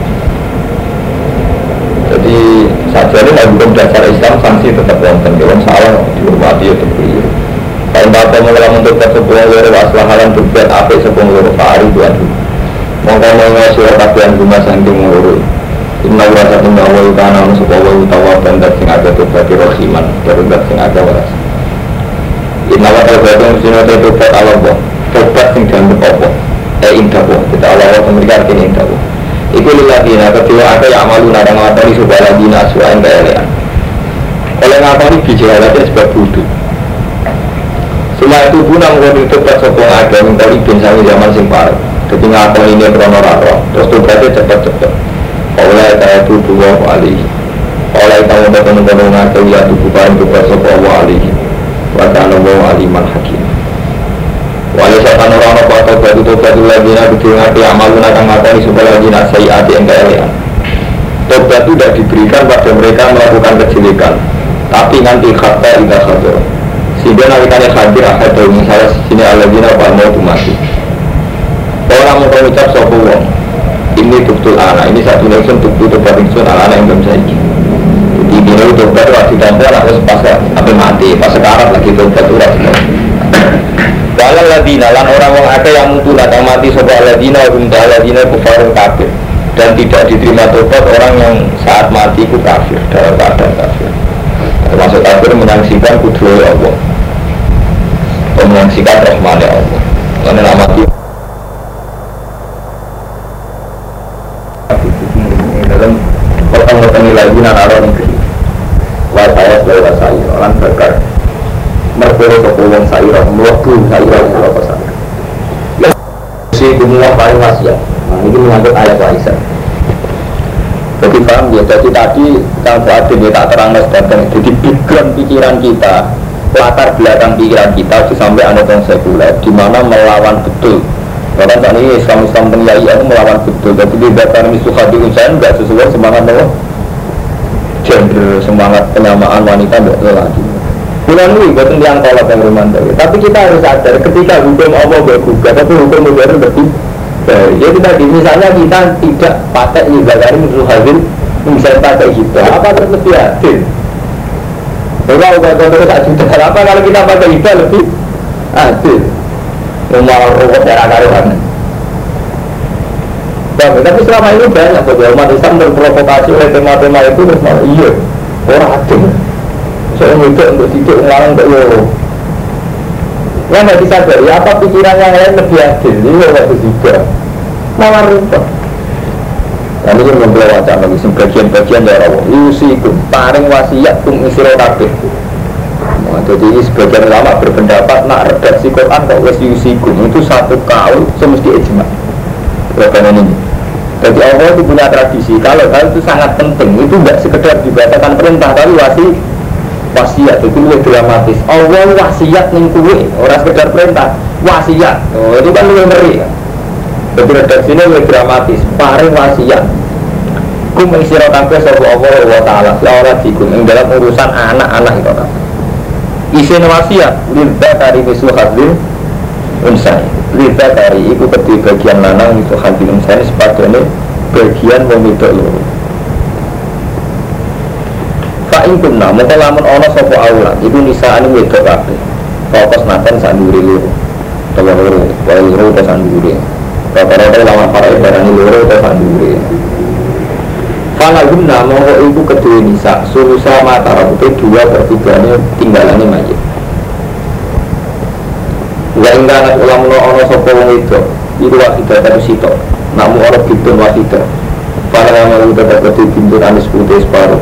Jadi saja ini hukum dasar Islam sanksi tetap wonten. Kalau salah dihormati atau beri. Kalau bapak mengelam untuk sepuluh loro aslahalan berbuat apa sepuluh loro fahari tuan. Mongko mengenai surat kabian rumah sanding loro. Inna rasa tinggal wa kana sebuah wa utawa dan sing ada tobat rohiman dan sing ada waras. Inna wa tobat sing ada tobat Allah tobat sing dianggap apa? Indah Allah kita Allah mereka artinya indah Allah. Iku lillatina kedua ada yang malu nadang ngakoni sebuah ladina suain keelean. Oleh ngakoni bijahalatnya sebab wudhu. Semua itu pun ngakoni tobat sopong ada mengkali bin sami zaman sing parah. Jadi ngakoni ini krono raro terus tobatnya cepat-cepat. Oleh kaya tubuh wa alihi. Oleh kamu teman-teman ngakoni ya tubuh paling tobat sopong wa alihi. Wakana wa aliman hakim. Walau setan orang apa tobat lagi nak diingati amalun akan ngakoni sebuah lagi nak sayyati yang keelean. Tobat itu tidak diberikan pada mereka melakukan kejelekan, tapi nanti kata tidak hadir. Sehingga nalikannya hadir akhir misalnya sini aladina apa mau mati. Orang mau mengucap sopo wong ini betul anak ini satu nation betul tobat itu anak yang belum saya. Jadi dia itu tobat waktu dampak harus pas apa mati pas sekarat lagi tobat itu rasanya. Walau ladina lan orang yang ada yang mutu datang mati sebuah ladina bunda ladina kufarun kafir dan tidak diterima tobat orang yang saat mati itu kafir dalam keadaan kafir. Termasuk kafir menyaksikan kudroy Allah atau menyaksikan rahmani Allah. Karena nama itu dalam potong-potong lagi nanaron ini. Wah saya sebagai saya orang berkar. Mereka sepuluh sayur, melaku sayur berapa sana? Ya, si semua paling wasiat. Nah, ini menyangkut ayat warisan. Jadi paham ya. Jadi tadi Kang Fuad dia tak terang dan jadi background pikiran kita, latar belakang pikiran kita sampai anak yang sekuler, di mana melawan betul. Bahkan saat ini Islam pengiai itu melawan betul. Jadi dibakar misuhadi usaha enggak sesuai semangat gender, semangat penyamaan wanita betul lagi. Bukan ini, betul yang kolot yang romantis. Tapi kita harus sadar ketika hukum Allah bergugah, tapi hukum modern lebih. Jadi tadi misalnya kita tidak pakai ibadari musuh hasil, misalnya pakai kita, apa lebih adil? Kalau terus adil, apa kalau kita pakai ibadah lebih adil? Memang rokok darah karuan. Tapi selama ini banyak bahwa umat Islam terprovokasi oleh tema-tema itu, iya, orang adil. Saya ngikut untuk sidik ngelarang untuk loro. Yang tidak disadari apa pikiran yang lain lebih adil. Ini waktu juga malah rupa. Dan ini membelah wacana lagi sebagian-bagian dari Allah. Yusikum paring wasiat kum isiro kabeh. Jadi sebagian ulama berpendapat nak redaksi Quran kok wes yusikum itu satu kaul semesti ijma. Bagaimana ini? Jadi Allah itu punya tradisi. Kalau itu sangat penting, itu tidak sekedar dibacakan perintah tapi wasiat itu lebih dramatis. Allah wasiat ning kuwe, orang sekedar perintah, wasiat. Oh, itu kan lebih ngeri. Jadi redaksinya lebih dramatis. Paring wasiat. Kum isiro kabeh sapa Allah wa taala. Ora dikum ing dalam urusan anak-anak itu. Isin wasiat lidza kari misu hadlin unsai. Lidza kari iku kedhi bagian lanang itu hadlin unsai sepatune bagian wong wedok loro. Ingkun nama lamun ono sopo aulan itu nisaan wedok kabeh. Fokus naten sanduri loro. Loro, wae loro ta sanduri. Rata-rata lawan para ibarani loro ta sanduri. Fala guna mongko iku kedue nisa sulusa mata rambute 2/3 tinggalane mayit. Wa ingkana lamun ono sopo wong wedok iku wakidah ta sito. Namun ono bidun wakidah. Fala lamun tetep kedue bintun anis putih separuh.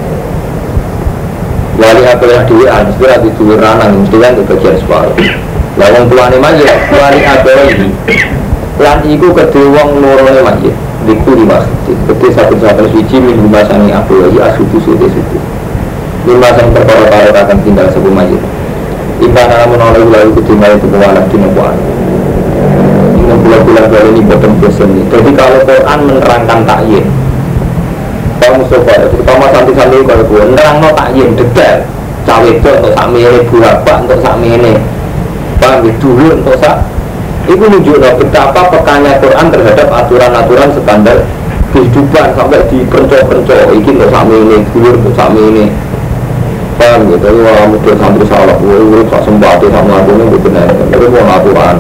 Wali abelah diri anis berarti dua ranang mesti kan di bagian separuh. Lawang tuane mayit wali abelah ini lan iku kedua wong lorone mayit diku 5 senti kedua satu suci min 5 sangi abelah asutu suci 5 sang perkara-perkara akan tinggal sebuah mayit ibana menolak lalu kedua mayit kemualan di nebuan ini bulan-bulan ini bottom person. Jadi kalau Quran menerangkan takyin Mustafa, terutama santri-santri kalau gue nerang no takyin detail cawe itu untuk sami ini berapa untuk sami ini paham dulu untuk itu menunjukkan betapa pekanya Quran terhadap aturan-aturan standar kehidupan sampai di pencok-pencok ini untuk sami ini dulu untuk sami ini paham gitu. Tapi orang muda santri salah gue tak sembah sama aku ini benar tapi mau aturan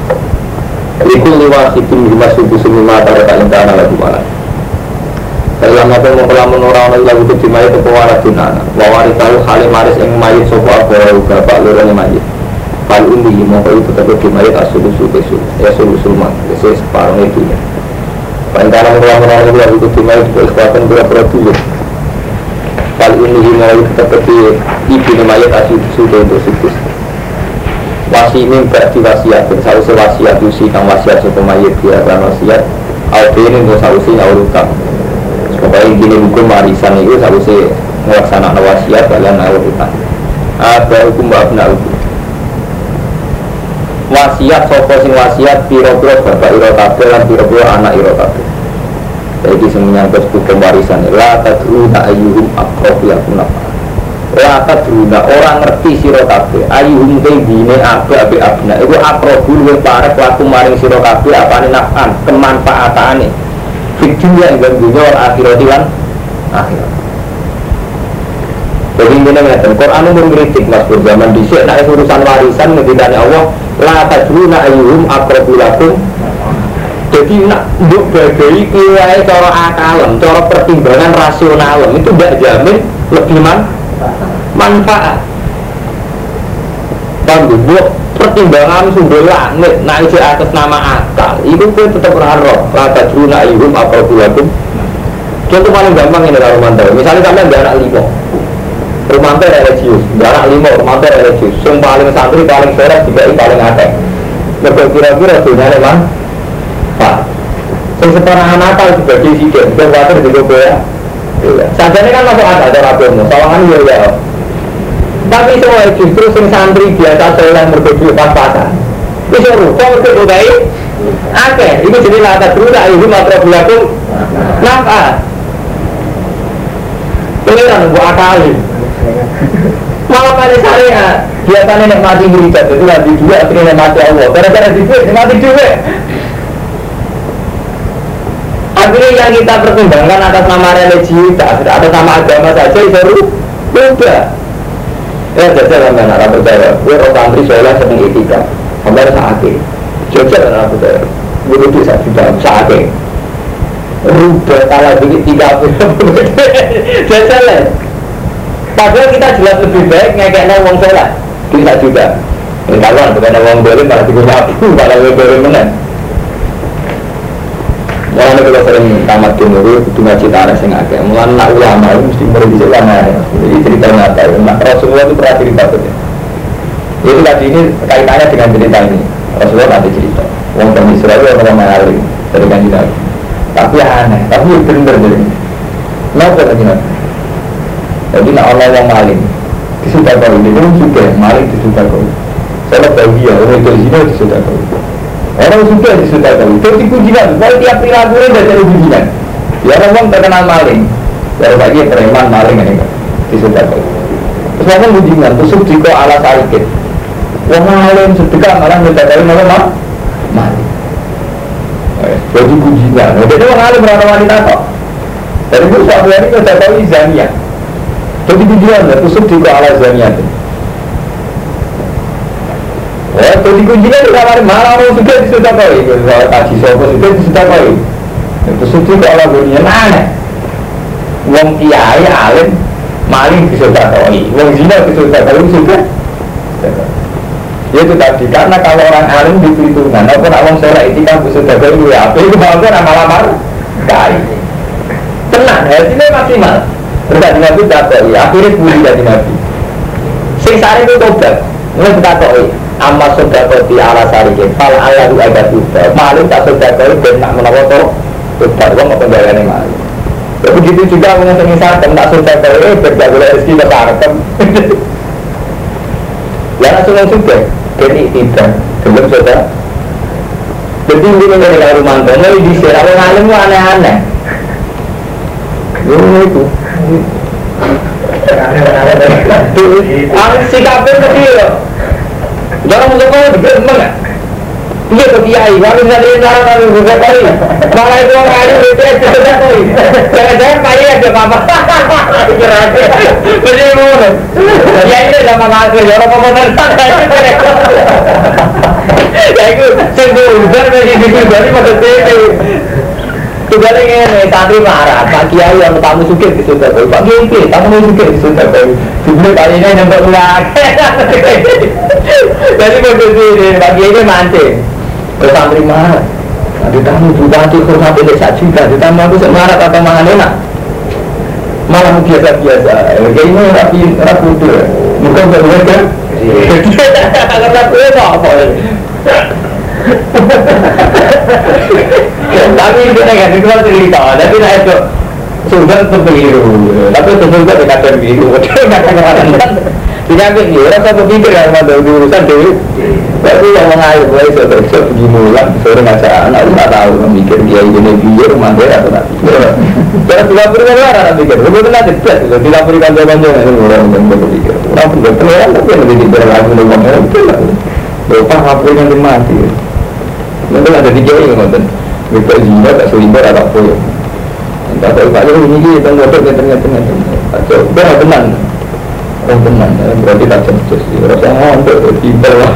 itu lewat hitung 5 subuh semua pada kain tanah lagi mana. Kalau ana lagu kudu mayit apa waradun anak wa waritahu halim maris ing mayit sapa apa bapak loro mayit fal undi moko itu tetep di mayit asulusul besul ya sulusul mak wis separuh iki ya pantaran ulama-ulama lagu kudu mayit kekuatan berapa dulu fal undi mau tetep di ibu mayit asulusul untuk situs wasimin berarti wasiat sausi wasiat usi kang wasiat sapa mayit dia kan wasiat ini untuk sausi nyawurutang supaya gini hukum warisan itu sausi melaksanakan wasiat kalian nyawurutang ada hukum babna hukum wasiat sapa sing wasiat pira-pira bapak ira kabeh lan pira-pira anak ira kabeh jadi menyangkut hukum warisan la tadruna ayyuhum aqrabu lakum la tadruna orang ngerti sira kabeh ayyuhum dine abe abna iku aqrabu luwih parek lakum maring sira kabeh apane naf'an kemanfaatane fidunya ing dunya akhirat lan akhirat. Jadi ini ngeten Quran mengkritik Mas Pur zaman dhisik nek urusan warisan ngendikane Allah la tadruna ayyuhum aqrabu lakum. Jadi nak mbok bagai kiai cara akalem, cara pertimbangan rasional itu tidak jamin lebih manfaat. Kalau buat pertimbangan sumber langit, naik di atas nama akal, itu pun tetap berharap. Lata juna ihum apabulakum. Contoh paling gampang ini kalau mantau. Misalnya kalian ada anak 5, rumah religius, anak 5, rumah religius. Yang paling santri, paling serak, juga paling akeh. Mereka kira-kira dunia memang Pak. Seseorang Natal sebagai sikit, berwatir di Korea. Sajane kan masuk akal cara agama, sawangan ya. Tapi semua justru sing santri biasa soleh mergo pas-pasan. Wis ora kok mergo bae. Akeh, iku jenenge lata dulu tak ibu matra bulaku. Nafas. Pengiran buat akali. Malah pada syariat biasanya nek mati ngiribat itu lagi dua akhirnya nek mati Allah. Gara-gara duit mati duit. Akhirnya yang kita pertimbangkan atas nama religiusitas, atas nama agama saja itu berubah. Ya jajal sama anak percaya, gue orang santri soalnya seneng etika, sampai sakit. Jajal anak percaya, gue itu sakit. Rubah salah dikit 30. Jajal lah. Padahal kita jelas lebih baik ngekeknya wong sholat. Kita juga. Ini kawan, bukan wong boleh malah digunakan aku, malah boleh menang. Mulanya kalau sering tamat dulu, itu ngaji tanah yang agak. Mulanya nak ulama itu mesti mulai di ulama. Jadi cerita nyata. Nah, Rasulullah itu pernah cerita betul. Itu tadi ini kaitannya dengan cerita ini. Rasulullah nanti cerita. Wong Bani Israel orang mengalir dari kanjinan. Tapi aneh, tapi benar jadi. Kenapa kanjinan? Jadi nak Allah yang maling disudah kau ini pun sudah maling disudah kau. Soalnya bahagia orang itu zina disudah kau. Orang sudah disudah kau. Jadi kujian, kalau tiap perilakunya tidak jadi kujian. Ya orang terkenal maling. Dari pagi preman maling ini kan disudah kau. Terus orang kujian, tusuk jiko ala sarikit. Wong maling sedekah malah minta kau malah maling. Jadi kujian. Jadi orang maling berapa wanita kok? Dari itu suatu hari kita tahu izania. Jadi kujian, tusuk jiko ala zania. Jadi kuncinya di kamar malah orang sudah disudah kau. Kalau kaji sopo sudah disudah kau. Itu suci kok orang dunia mana? Wong kiai alim maling disudah kau. Wong zina disudah kau sudah. Ya itu tadi karena kalau orang alim diperhitungkan, walaupun orang soleh itu kan disudah kau itu apa? Itu maksudnya lama-lama kali. Tenang, hasilnya maksimal. Berarti nabi tak kau. Akhirnya budi jadi nabi. Sing sari itu tobat. Mulai kita kau. Amma sodakoti ala sarikin fal ayatu agatu maling tak sodakoti dan nak menawoto tubar wong apa pembayarannya maling begitu juga mengenai sarkem tak sodakoti berjaga rezeki kesarkem ya langsung juga jadi tidak belum sodak jadi ini mengenai rumah mulai disir apa ngalim itu aneh-aneh itu sikapnya kecil jangan musuh kau deket mana? Iya tu kiai, kalau misalnya cara kalau bukan kau, malah itu orang ada BTS sudah kau. Jangan-jangan kaya ada apa? Kira-kira, macam mana? Ya ini sama masuk, orang pemotor santai. Ya itu semua urusan bagi diri dari maksud itu. Tugale ngene, santri marah, Pak Kiai yang tamu sugih disudah kowe. Pak Kiai, tamu sugih disudah kowe. Dibeli kali ini nembak ulang. Jadi begitu Pak Kiai mancing. Terus santri marah. Ada tamu bupati hormat ini 1 juta, ditambah aku semarah kata mangan enak. Malah biasa-biasa. Kayaknya rapi udah. Bukan berharga. Karena aku apa? Tapi kita nggak dijual cerita, tapi nah itu sumber terpeliru, tapi itu sumber dekat terpeliru, nggak kemana-mana. Tidak begini, rasa berpikir yang ada urusan dewi, tapi yang mengalir mulai sebesar begini lah, sore masa anak nggak tahu memikir dia ini biar mandiri atau tidak. Karena tidak perlu orang pikir, betul nanti jelas, tidak perlu kantor-kantor yang orang berpikir, orang berpikir tapi yang lebih berlaku dengan orang lupa apa yang dimati. Nanti ada 3 yang nonton. Kita zina tak selimbar atau apa ya. Tak tahu Pak Jokowi ini kita ngotot ngeten-ngeten. Coba tenang. Oh tenang, berarti tak cerdas. Rasa ngontok timbal lah.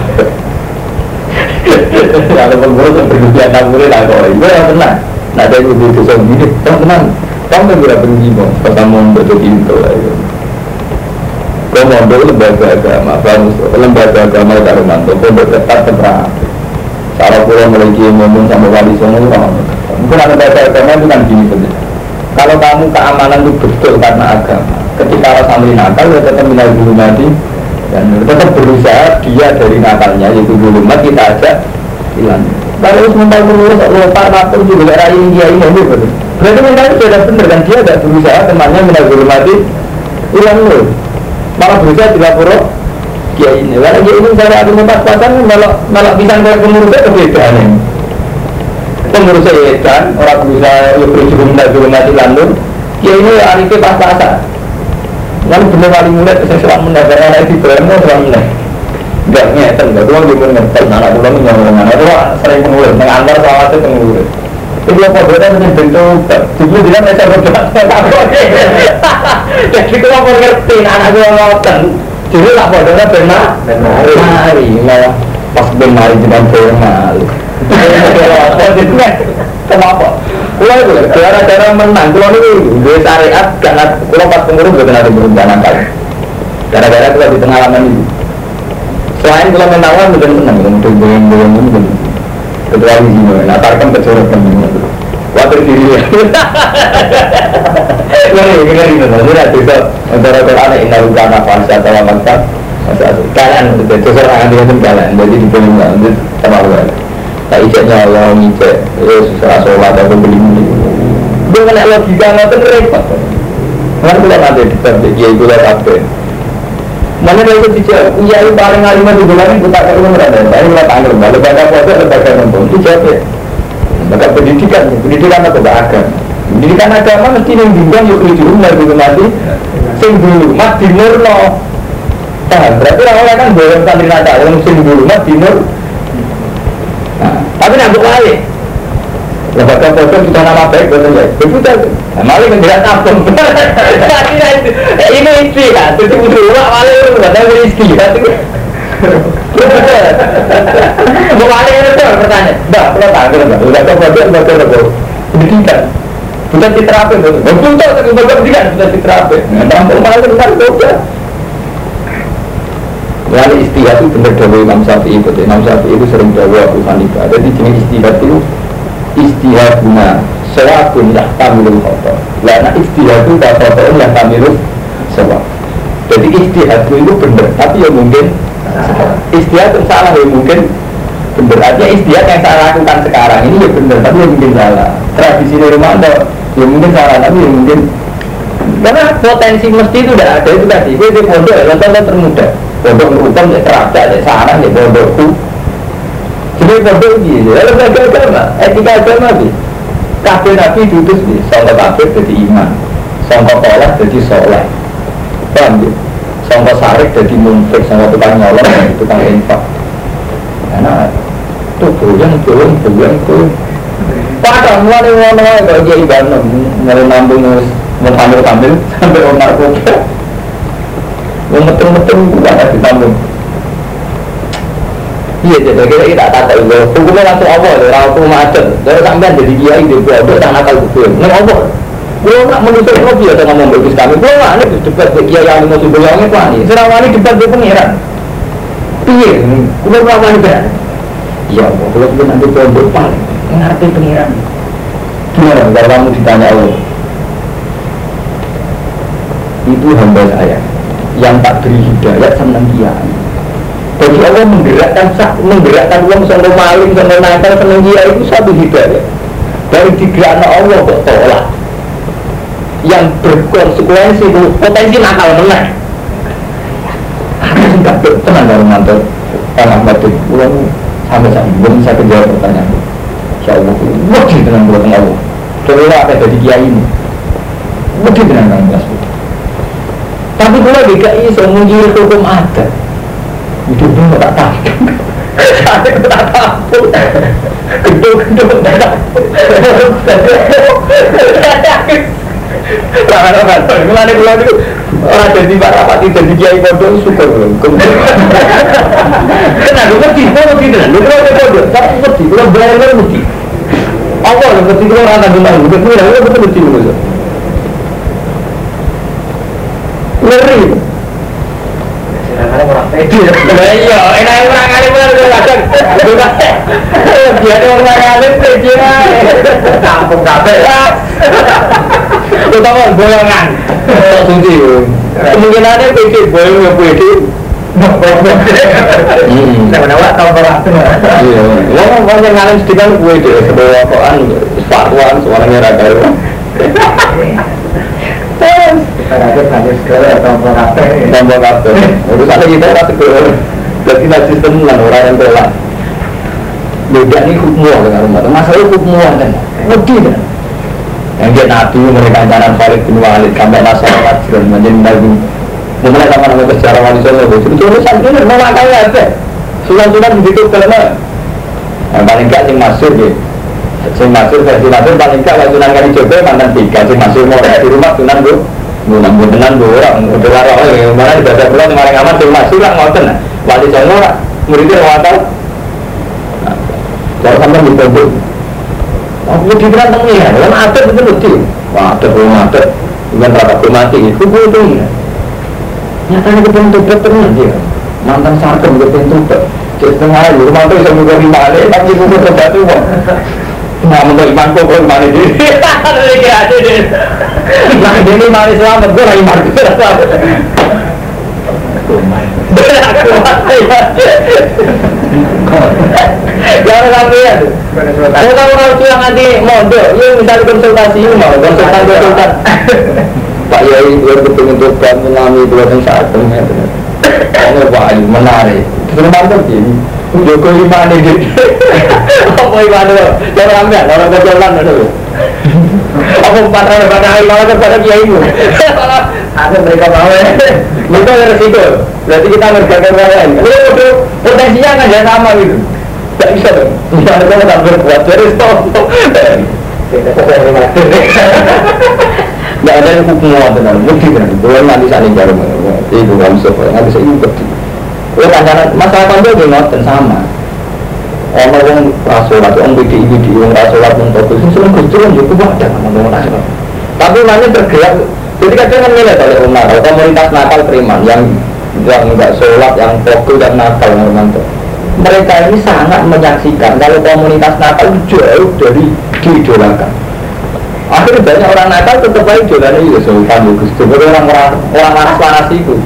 Kalau pengurus yang berlebihan tak boleh lah kau. Ibu yang tenang. Nak ada ibu itu sendiri. Tenang. Kamu kan berapa tinggi bang? Pas kamu untuk timbal lah. Kau mondok lembaga agama, lembaga agama Karumanto, pondok ketat terang. Cara pulang memiliki ngomong sama wali songo itu mungkin ada lembaga agama itu kan gini saja. Kalau kamu keamanan itu betul karena agama, ketika orang santri nakal ya tetap minal zulumati dan tetap berusaha dia dari nakalnya yaitu zulumat kita ajak hilang. Kalau mental mengurus lupa lapor juga raih dia ini betul. Berarti mental sudah benar kan dia tidak berusaha temannya minal zulumati hilang loh. Malah berusaha tidak pura kiai ini. Karena kiai ini cara aku pas-pasan malah bisa ngomong pengurusnya kebedaannya. Pengurusnya edan, orang berusaha berjuang tidak belum mati landur. Kiai ini hari itu pas-pasan. Lalu benar kali mulai saya selang mendapat anak di Bermo selang mulai. Enggak ngeten, enggak pulang juga ngerti. Anak pulang nyolong anak itu sering pengurus, mengantar sawatnya pengurus. Itu apa benar macam bentuk dulu bilang saya berdoa jadi kalau mau ngerti anak gue ngoten jadi tak bodohnya benar mari malah pas benar jangan benar itu kan kenapa kalau itu cara-cara menang kalau itu gue syariat karena kalau pas pengurus gue benar berencana kali gara-gara kalau di pengalaman itu selain kalau menawan bukan senang mungkin kecuali sini, natarkan kecorekan water diri ya ngeri benar bisa antara anak indah anak bangsa atau bangsa kalian itu seorang dengan kalian jadi dipilih untuk terlalu tak ijeknya Allah ngijek susah sholat atau beli-beli dengan logika itu repot kan kita nanti diterbit ya itu lah kabeh mana dari itu dijawab, iya itu paling alimah di bulan itu tak kalau berada saya nggak tanggal, lalu pada foto lembaga nonton dijawab ya lembaga pendidikan atau agama pendidikan agama mesti yang bimbang yuk lucu umar gitu mati sing dulu mat dinur no berarti orang kan boleh santri nada yang sing dulu mat dinur tapi nambah balik lembaga foto kita nama baik betul ya betul malah menjerat kampung ini istri kan itu dulu malah itu ada istri kan mau malah itu pertanyaan mbak kalau tanggal mbak udah foto pendidikan bukan diterapi betul tapi pendidikan sudah diterapi kampung malah itu kan saja lalu istihad itu benar dari Imam Syafi'i Imam Syafi'i itu sering jawab Abu Hanifah jadi jenis istihad itu istihaduna sewakun yang kamilul khotob karena istihad itu khotob yang kamilul sewak jadi istihad itu benar tapi ya mungkin istihad itu salah ya mungkin benar artinya istihad yang saya lakukan sekarang ini ya benar tapi ya mungkin salah tradisi di rumah ada ya mungkin salah tapi ya mungkin karena potensi mesti itu tidak ada itu tadi itu di pondok ya contohnya termudah pondok hukum ya teradat ya sarang ya pondokku jadi pondok gini lalu agama etika agama sih kabeh nabi diutus sih sangka kabeh jadi iman sangka tolak jadi soleh paham ya sangka sarik jadi munfik sangka tukang nyolong tukang infak karena itu goyang padahal mulai ngomong kalau dia ibadah mulai nambung mau tampil sampai orang narkoba mau meteng-meteng juga nggak ditambung Iya, jadi kita tak tahu. Hukumnya langsung apa? Orang hukum macet. Dari sampai jadi kiai di pondok tak nakal hukum. Neng apa? Kalau nak menuntut lagi atau ngomong bagus kami, kalau nak ada debat kiai yang mau sebelumnya apa ni? Serawani debat di pengiran. Iya, kalau serawani berat. Ya, kalau kita nanti pondok paling ngerti pengiran. Gimana kalau kamu ditanya Allah? Itu hamba saya yang tak beri hidayah senang kiai. Jadi Allah menggerakkan uang sampai maling, sampai nakal, senang kiai itu satu hidayah. Dari digerakkan Allah kok tolak. Yang berkonsekuensi itu potensi nakal menang. Aku singkat tenang dari mantel Pak Ahmad itu. Ulang sampai saat ini belum saya jawab pertanyaan. Insya Allah, wajib dengan buatan Allah. Coba apa dari kiai ini? Wajib dengan orang tapi kalau DKI semua hukum ada hidupnya tak tahu saya tak tahu gedung-gedung tak tahu orang-orang itu orang jadi parapati jadi kiai bodoh suka belum kenapa ngerti lu ada bodoh tapi ngerti lu benar-benar ngerti apa lu ngerti lu orang akan bilang lu betul ngerti lu ngeri. Iya, enak orang alim benar kadang. Dia ada orang alim dia. Kampung kafe. Lu tahu boyongan. Suci. Kemungkinannya PC boyong ya PC. Sebenarnya tahu orang itu. Iya. Orang alim sedikit gue itu sebagai Quran, fatwa seorangnya radar. Ada segala tombol kafe. Urusan kita rasa segala. Jadi sistem dengan orang yang telah. Beda ni hukum dengan rumah. Masalah hukum kan. Lebih kan. Yang dia nabi mereka jalan Khalid bin Walid sampai masyarakat dan menjadi nabi. Mulai sama nama sejarah manusia itu. Sebetulnya sampai ni memang kaya ada. Sulan-sulan begitu kerana paling tak yang masuk ni. Sing masuk versi masuk paling tak sunan kali coba mantan 3 sing masuk mau di rumah sunan tu. Nunggu tenan dua orang, udah larang lagi. Mana dibaca pulang kemarin aman cuma masuk lah ngoten. Wali songo lah, muridnya ngawal. Kalau sampai di pondok, aku di berantem ni, kan ada betul betul. Wah ada belum ada, dengan rata mati. Kubu itu ni. Nyatanya ke pondok betul dia. Mantan sarkem ke pondok. Setengah hari rumah tu saya juga di mana, tapi kubu tempat tu. Nah, untuk iman kok mana dia? Lagi ada dia. Nah, ini mari selamat gue lagi iman. Jangan sampai. Kalau orang yang nanti mondok, ya misalnya konsultasi mau konsultan. Pak Yai berbentuk dan mengalami bulan saat ini. Kamu Pak Yai menarik. Terus ini. Joko iman ini. Apa iman itu? Jangan ambil, orang kejalan itu. Aku patah malah kepada kiai itu. Ada mereka mau. Mereka ada resiko. Berarti kita mergakan orang lain. Itu potensinya kan ya sama gitu. Tak bisa dong. Misalnya kita tak berbuat jadi stop. Tidak ada hukum benar. Mungkin benar. Bukan nanti saling jarum. Itu kamu sebut. Nanti saya ikut. Masalah pandai dengan sama. Orang rasulat, orang BDI, orang rasulat untuk itu selalu kejuruan juga ada ngomong rasulat. Tapi mana bergerak, jadi kadang kan nilai oleh umat, komunitas nakal periman yang enggak sholat, yang fokus dan nakal itu. Mereka ini sangat menyaksikan kalau komunitas nakal jauh dari diidolakan. Akhirnya banyak orang nakal tetap baik idolanya itu sultan itu, seperti orang waras itu.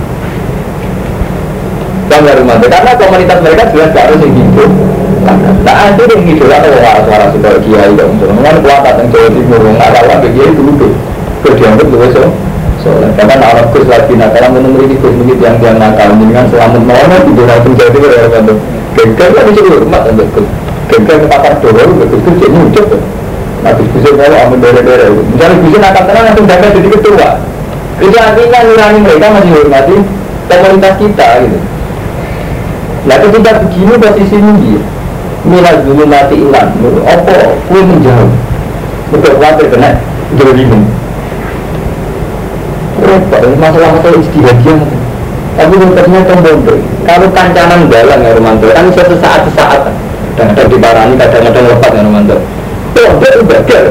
Karena komunitas mereka jelas gak harus yang hidup. Tak ada yang hidup atau suara sebagai kiai dan dengan kuatan yang Jawa Timur nggak kalah kiai itu dulu. Berdianggap dulu soalnya karena anak kus lagi nakal menurut itu yang nakal dengan selamat malam di dalam penjara itu ada kan. Gengkel kan bisa hormat dan betul. Gengkel ke pakar dorong betul jadi muncul. Nah diskusi kalau aman daerah-daerah itu. Misalnya bisa nakal tenang langsung jaga jadi ketua. Itu artinya nurani mereka masih hormati komunitas kita gitu. Nah ketika begini posisi ini minat dulu mati ilan apa kue menjauh betul khawatir kena jadi bingung repot masalah-masalah istihadiah Tapi ternyata bodoh. Kalau kancanan dalang ya Romanto, kan bisa sesaat-sesaat. Kadang diparani, kadang-kadang lepas ya Romanto. Bodoh itu gagal.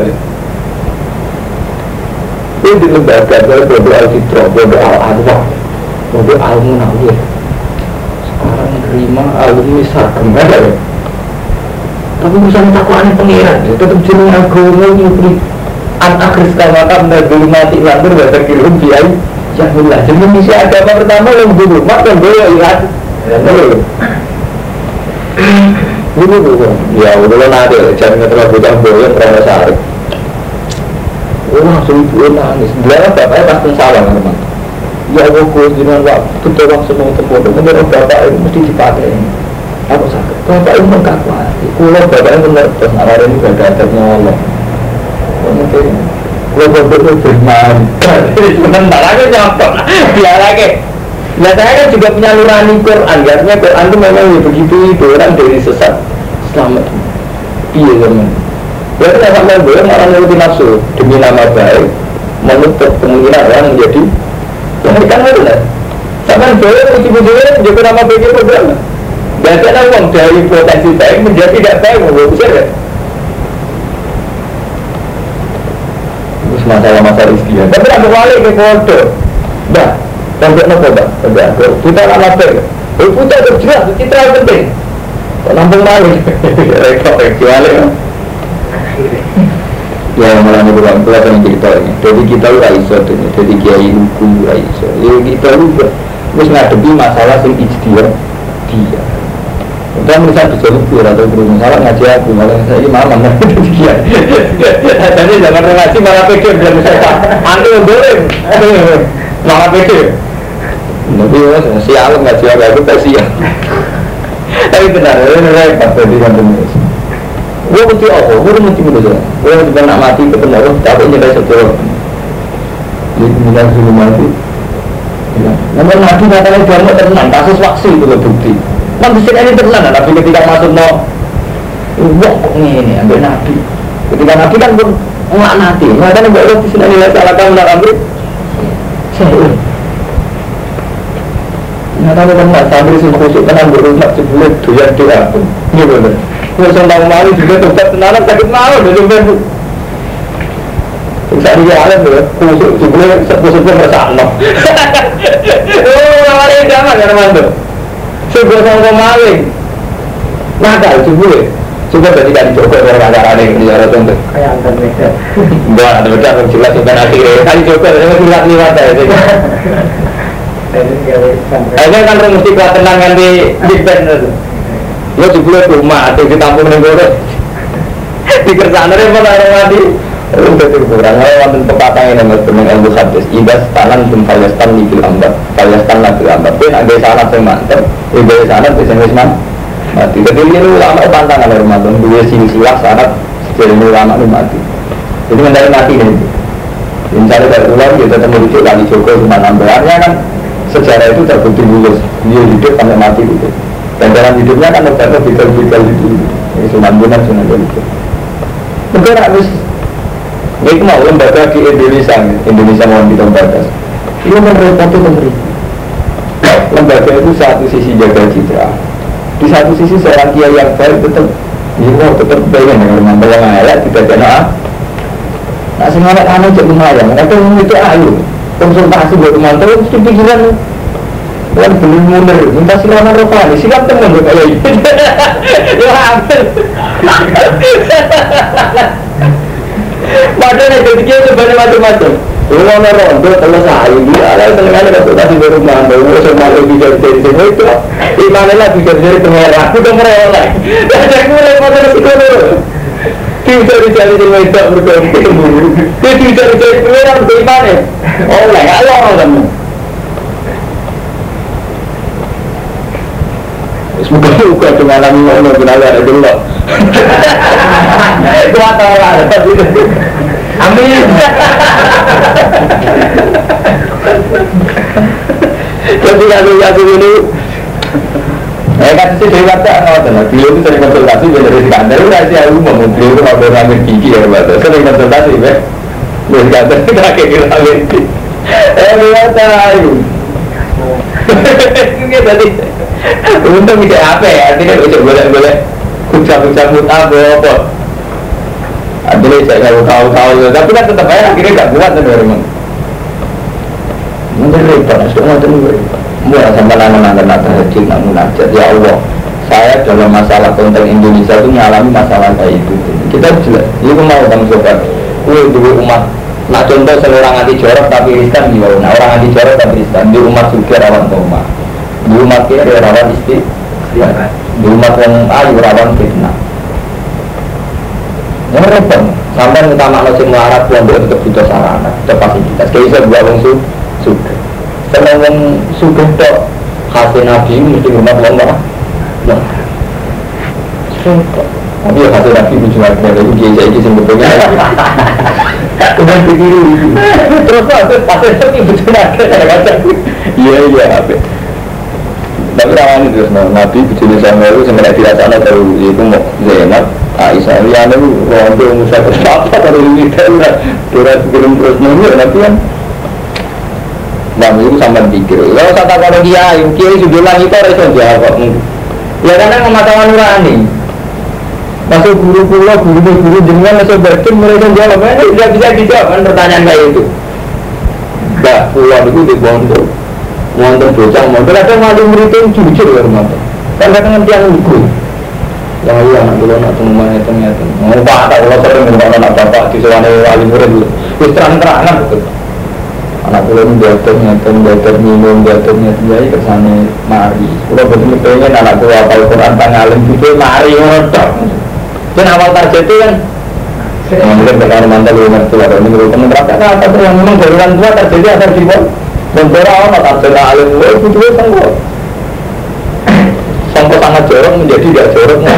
Ini di lembaga, bodoh al-fitro, bodoh al-arwah, bodoh al-munawir. Sekarang terima alumni sarkem, kan ya? Tapi misalnya takwaannya pengiran, ya tetap jenis agama ini an-akris kamakam dan dulu mati lantur bahasa kirim biaya jahillah. Jenis misi agama pertama yang dulu makan dulu ilat dulu ya udah nanti jangan terlalu bocah boyong terlalu sari langsung ibu nangis bilang bapaknya pasti salah teman ya Allah jangan waktu tolong semua tempat menurut bapak itu mesti dipakai aku sakit bapak itu mengkakwati kulau bapaknya benar terus nalar ini gak ada Allah mungkin kalau bapak itu bermain sebentar lagi nyontok biar lagi nah saya kan juga punya nurani Quran artinya Quran itu memang begitu itu orang dari sesat selamat iya teman berarti tidak sampai boleh malah menuruti nafsu demi nama baik menutup kemungkinan orang menjadi pemikiran itu lah sampai boleh uji-ujinya menjaga nama baik itu berapa berarti ada uang dari potensi baik menjadi tidak baik menurut ya terus masalah-masalah istilah tapi ada wali ke kodoh dah sampai nopo dah sampai aku kita nama baik punya jelas kita yang penting nampung malu rekor wali ya malah nih bukan pula yang cerita ini jadi kita raiso jadi kiai hukum raiso ya kita juga terus ngadepi masalah yang ijtihad dia kita misalnya bisa lupa atau berusaha ngaji aku malah saya ini malah jadi kiai jadi jangan ngaji malah pikir dan misalnya anti boleh malah pikir nanti si alam ngaji aku pasti ya tapi benar ini repot jadi kan benar gue mesti apa? Gue mesti berusaha. Gue mesti nak mati ketemu Allah, tapi nyedai setor. Jadi kemudian suruh mati. Namun mati katanya jangan tenang, kasus waksi itu bukti. Nanti ini tenang, tapi ketika masuk no, wah kok ini ambil nabi. Ketika nabi kan pun nggak nanti. Makanya gue di sini nilai salah kamu nak ambil. Saya. Nah kalau kan nggak sambil khusus kan ambil rumah sebulan doyan doa pun. Ini benar. Kalau sembang malu juga tempat tenanan sakit malu dan juga bisa dia alam tu, khusus sebenarnya khususnya bersama. Oh, maling jangan kan mantu. Sebuah sembang maling, nakal sebuah. Coba tadi kan dicoba orang acara ni di dalam contoh. Kayak angkat mereka. Buat ada macam orang jelas sampai nanti. Kali coba, saya jelas lewat saya. Akhirnya kan orang mesti kuat tenang kan di band tu. Lo juga rumah atau di tampung negara di kerjaan ada apa orang mati untuk kurang orang dan pepatah yang nama teman ilmu hadis ibas tanan dan falastan di ambat falastan lagi ambat pun ada sanad yang mantap ibas sanad biasanya mati ketika itu ulama pantangan orang mati dua silsilah sanad sejarah ulama itu mati jadi mendari mati nih misalnya dari ulang kita merujuk kali Joko cuma nambahannya kan sejarah itu terbukti lulus dia hidup sampai mati gitu. Dan dalam hidupnya kan obatnya vital-vital itu Sunan-Sunan itu mungkin harus ini mau lembaga di Indonesia mau kita batas ini menurut pemerintah lembaga itu satu sisi jaga citra di satu sisi seorang kiai yang baik tetap tetap baik dengan membawa ayat tidak ada nah semuanya kamu cek lumayan mereka itu ayo konsultasi buat teman-teman mesti pikiran kan belum mundur, minta silakan rohani, silap teman tuh kayak gitu. Ya hampir. Padahal ketika itu banyak macam-macam. Rumah rondo selesai, dia ada senengannya konsultasi di rumah, baru semua lebih dari semua itu. Imannya lebih dari kemerah, bukan merah. Dan mulai motor psikolog. Tidak dicari di meja berkumpul. Tidak dicari kemerah berimannya. Oh, nggak Allah kamu. Semoga dengan alami Allah benar ada dulu. Kuat orang ada gitu. Amin. Jadi kalau yang dulu, kan sih saya kata awalnya, beliau itu sering konsultasi dari kantor. Rahasia umum, beliau itu kalau ngambil gigi ya, sering konsultasi, dari kantor kita kayak ngambil gigi. Beliau tahu. Itu tadi. Untung bisa apa ya? Artinya bisa boleh-boleh kucap-kucap apa? Artinya saya tahu-tahu, tapi kan tetap aja akhirnya gak kuat kan memang. Mungkin repot, sudah mau tunggu. Mulai sampai nana tahajud, namun najat ya Allah. Saya dalam masalah konteks Indonesia itu mengalami masalah kayak itu. Kita jelas, ini mau kamu coba. Dua umat, nak contoh seorang anti jorok tapi riskan gimana? Nah orang anti jorok tapi riskan. Di umat juga rawan koma. Di umat kiri rawan di umat yang ayu rawan fitnah. Yang repot. Sampai utama nasi melarat pondok tetap butuh sarana, kapasitas. Kayak bisa buat orang sudah. Kalau sudah tak hasil nabi mesti umat lomba. Nah, tapi ya hasil nabi cuma dari ujian ini sebetulnya. Kemudian ditiru. Terus hasil nabi betul ada. Iya apa? Tapi rawan itu nabi betul sama itu sebenarnya tidak sana tahu itu mau Zainab, Aisyah, Riana itu rondo Musa apa kalau ini terus nunggu nabi kan. Bang itu sampai pikir, kalau saya katakan kiai sudah bilang itu harus jawab. Ya karena masalah nurani. Masuk guru dengan masuk berkin mereka jawab, tidak bisa dijawab kan pertanyaan kayak itu. Bah, pulau itu di Bondo, bocah, ada malu muridnya jujur ya rumah. Kan kadang nanti yang ukur. Yang iya anak dulu nak tunggu ternyata. Mau pak kalau sering membawa anak bapak di sana wali murid dulu. Terus terang-terangan betul. Anak pulau diatur minum ya kesana mari. Pulau betul pengen anak pulau apal Quran pangalim itu mari ngotot. Dan awal target itu kan mungkin benar mantel rumah tua dan menurut penerapkan apa tuh yang memang dari orang tua terjadi asal jibon dan orang target alim itu sanggup sangat jorok menjadi tidak joroknya.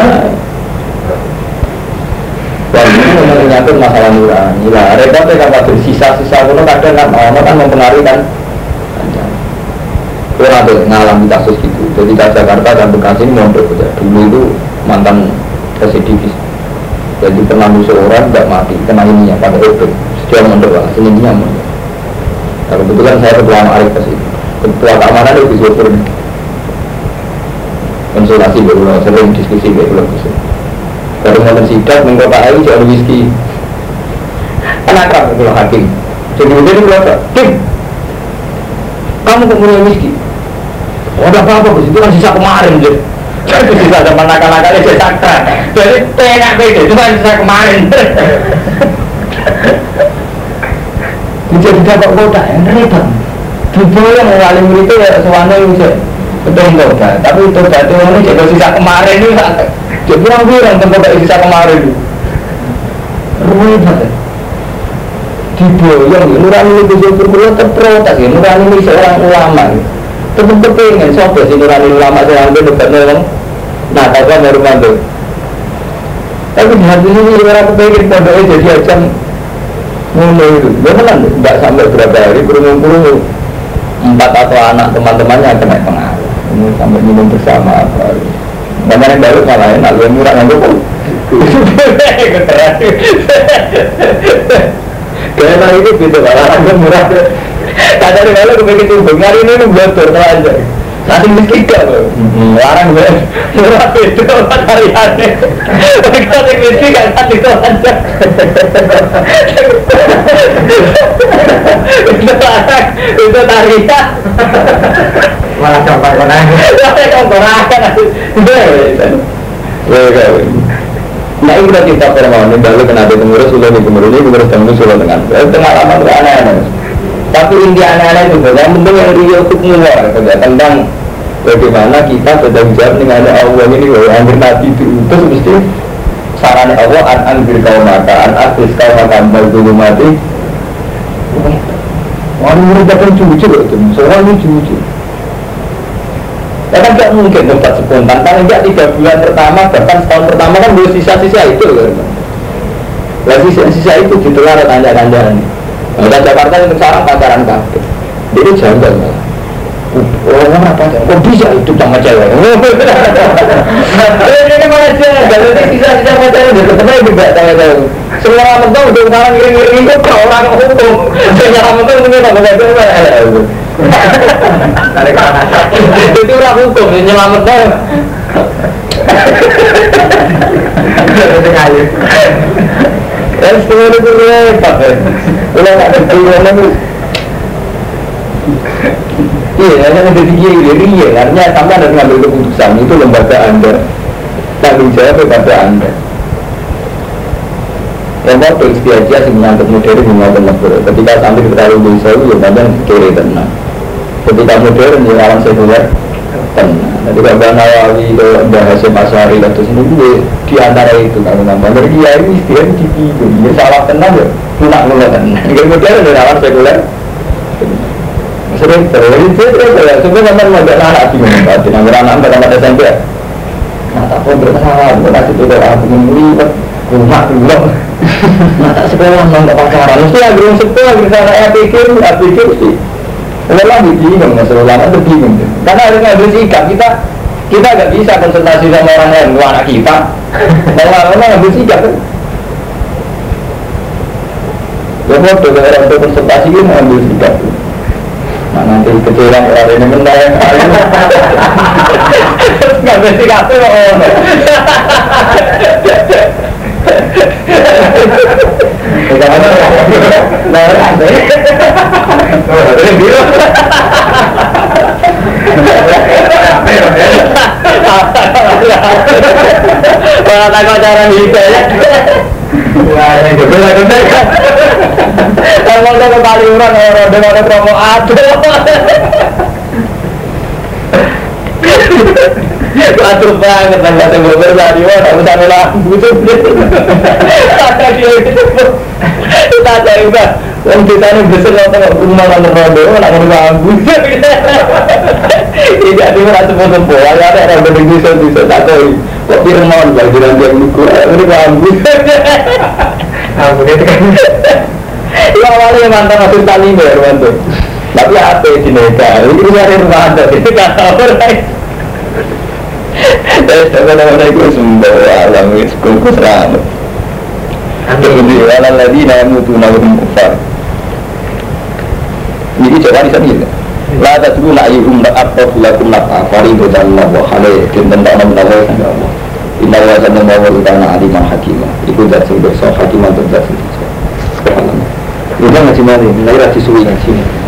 Wah ini menyangkut masalah nurani lah. Repotnya kalau ada sisa-sisa pun kadang kan orang kan mempengaruhi kan. Kalau ada ngalami kasus gitu. Jadi di Jakarta dan Bekasi ini mondok saja. Dulu itu mantan residivis. Jadi pernah seorang tidak mati kena ininya pada OP. Setiap mondok lah, ininya mondok. Nah, kebetulan saya ketua Arif ke situ. Ketua keamanan itu disopir. Konsultasi baru sering diskusi baru baru mau sidak mengkota air jangan whisky anak kerap itu hakim jadi udah ini berapa Kim kamu kok punya whisky ada apa-apa itu kan sisa kemarin deh jadi sisa zaman nakal-nakalnya saya sakra jadi penak beda itu kan sisa kemarin jadi dapat kota yang repot dibawa yang ngalim itu ya sewana yang bisa betul tapi itu jatuh ini jadi sisa kemarin ini jadi orang bilang tentang sisa kemarin itu rumit diboyong nurani itu berkurang terprotes ya nurani ini seorang ulama tetap pengen sobat si nurani ulama seorang itu dekat orang nah kalau baru mantul tapi di hati ini orang kepengen pondoknya jadi ajang mulai itu beneran tidak sampai berapa hari berumur 4 atau anak teman-temannya kena pengaruh sampai minum bersama apa namanya baru kalahin lalu yang murah nggak pun karena itu gitu kalau murah kadang kalau kepengen tumbang hari ini buat terlalu nanti miskin gak larang gue murah itu hariannya kita miskin gak nanti itu aja itu tarian malah coba konangan nah ini kita cinta permanen baru kena ada pengurus sudah pengurus temu sudah dengan pengalaman aneh-aneh tapi inti aneh-aneh itu yang penting yang dia untuk keluar tentang bagaimana kita bertanggung jawab dengan Allah ini bahwa hampir nabi itu mesti saran Allah an-anbir kau maka an-afis kau maka berdulu mati orang merupakan jujur itu seorang ini jujur karena tidak mungkin tempat spontan karena tidak 3 bulan pertama bahkan setahun pertama kan belum sisa-sisa itu kan sisa itu gitulah tanda-tandaan di Jakarta itu sekarang pacaran kafe itu janggal orang apa kok bisa hidup sama cewek ini mana cewek jadi sisa-sisa pacaran udah ketemu juga tahu-tahu semua orang tahu udah sekarang ngiring-ngiring kok orang hukum semua orang tahu itu nggak bisa Itu orang hukum yang nyelamat dong. Dan semua itu repot. Udah nggak kepikiran lagi. Iya, hanya ada tiga iya. Artinya sampai ada mengambil keputusan itu lembaga Anda, tanggung jawab kepada Anda. Yang mau beristiaja sih menyangkut modern menyangkut negara. Ketika sampai terlalu bisa itu ya banyak kiri tenang. Ketika modern ya alam sekuler tenang. Jadi kalau Nawawi ke bahasa Masari atau sendiri di antara itu kalau nama dari dia ini istilah itu dia salah tenang ya lunak tenang. Jadi modern dan alam sekuler sering terjadi saya sebenarnya memang ada anak di mana di anak pada SMP. Nah tak pun bersalah berarti itu adalah pengemudi rumah dulu. Mata sekolah nggak pacaran, mesti agak sekolah di sana pikir sih. Lelah bingung, masalah lama itu bingung. Karena harus ngambil sikap kita nggak bisa konsultasi sama orang lain, dua anak kita. Lama-lama ngambil sikap kan. Jadi kalau orang itu konsultasi itu ngambil sikap. Nah nanti kecewa orang ini menang. Ngambil sikap itu orang. Kalau tak kau cara hidup ya. Kalau tak kembali orang dengan promo aduh. Atur banget tangga tengok berbadi mana usah lampu tu. Kata dia itu. Kita cari bah. Orang kita ni besar tengok rumah mana rodo nak lampu. Tidak dia nak semua. Ada orang berdiri bisa tak tahu. Kok di rumah lagi dia mikir ini lampu. Lampu dia kan. Ya awalnya mantan masuk tali baru tu. Tapi apa ini mereka? Ini dari rumah anda. Itu kata orang. Assalamualaikum warahmatullahi wabarakatuh. Alhamdulillah alladzina yamutuna wa hum kuffar. Ini jawaban ini. La tadru la ayyuhum aqrabu lakum nafa fariidatan Allah alaikum tentang Allah. Inna wa sanna wa kana aliman hakima. Iku zat sing bersa hakiman dan zat sing. Subhanallah. Ini ngaji mari, lahir di suwi ngaji.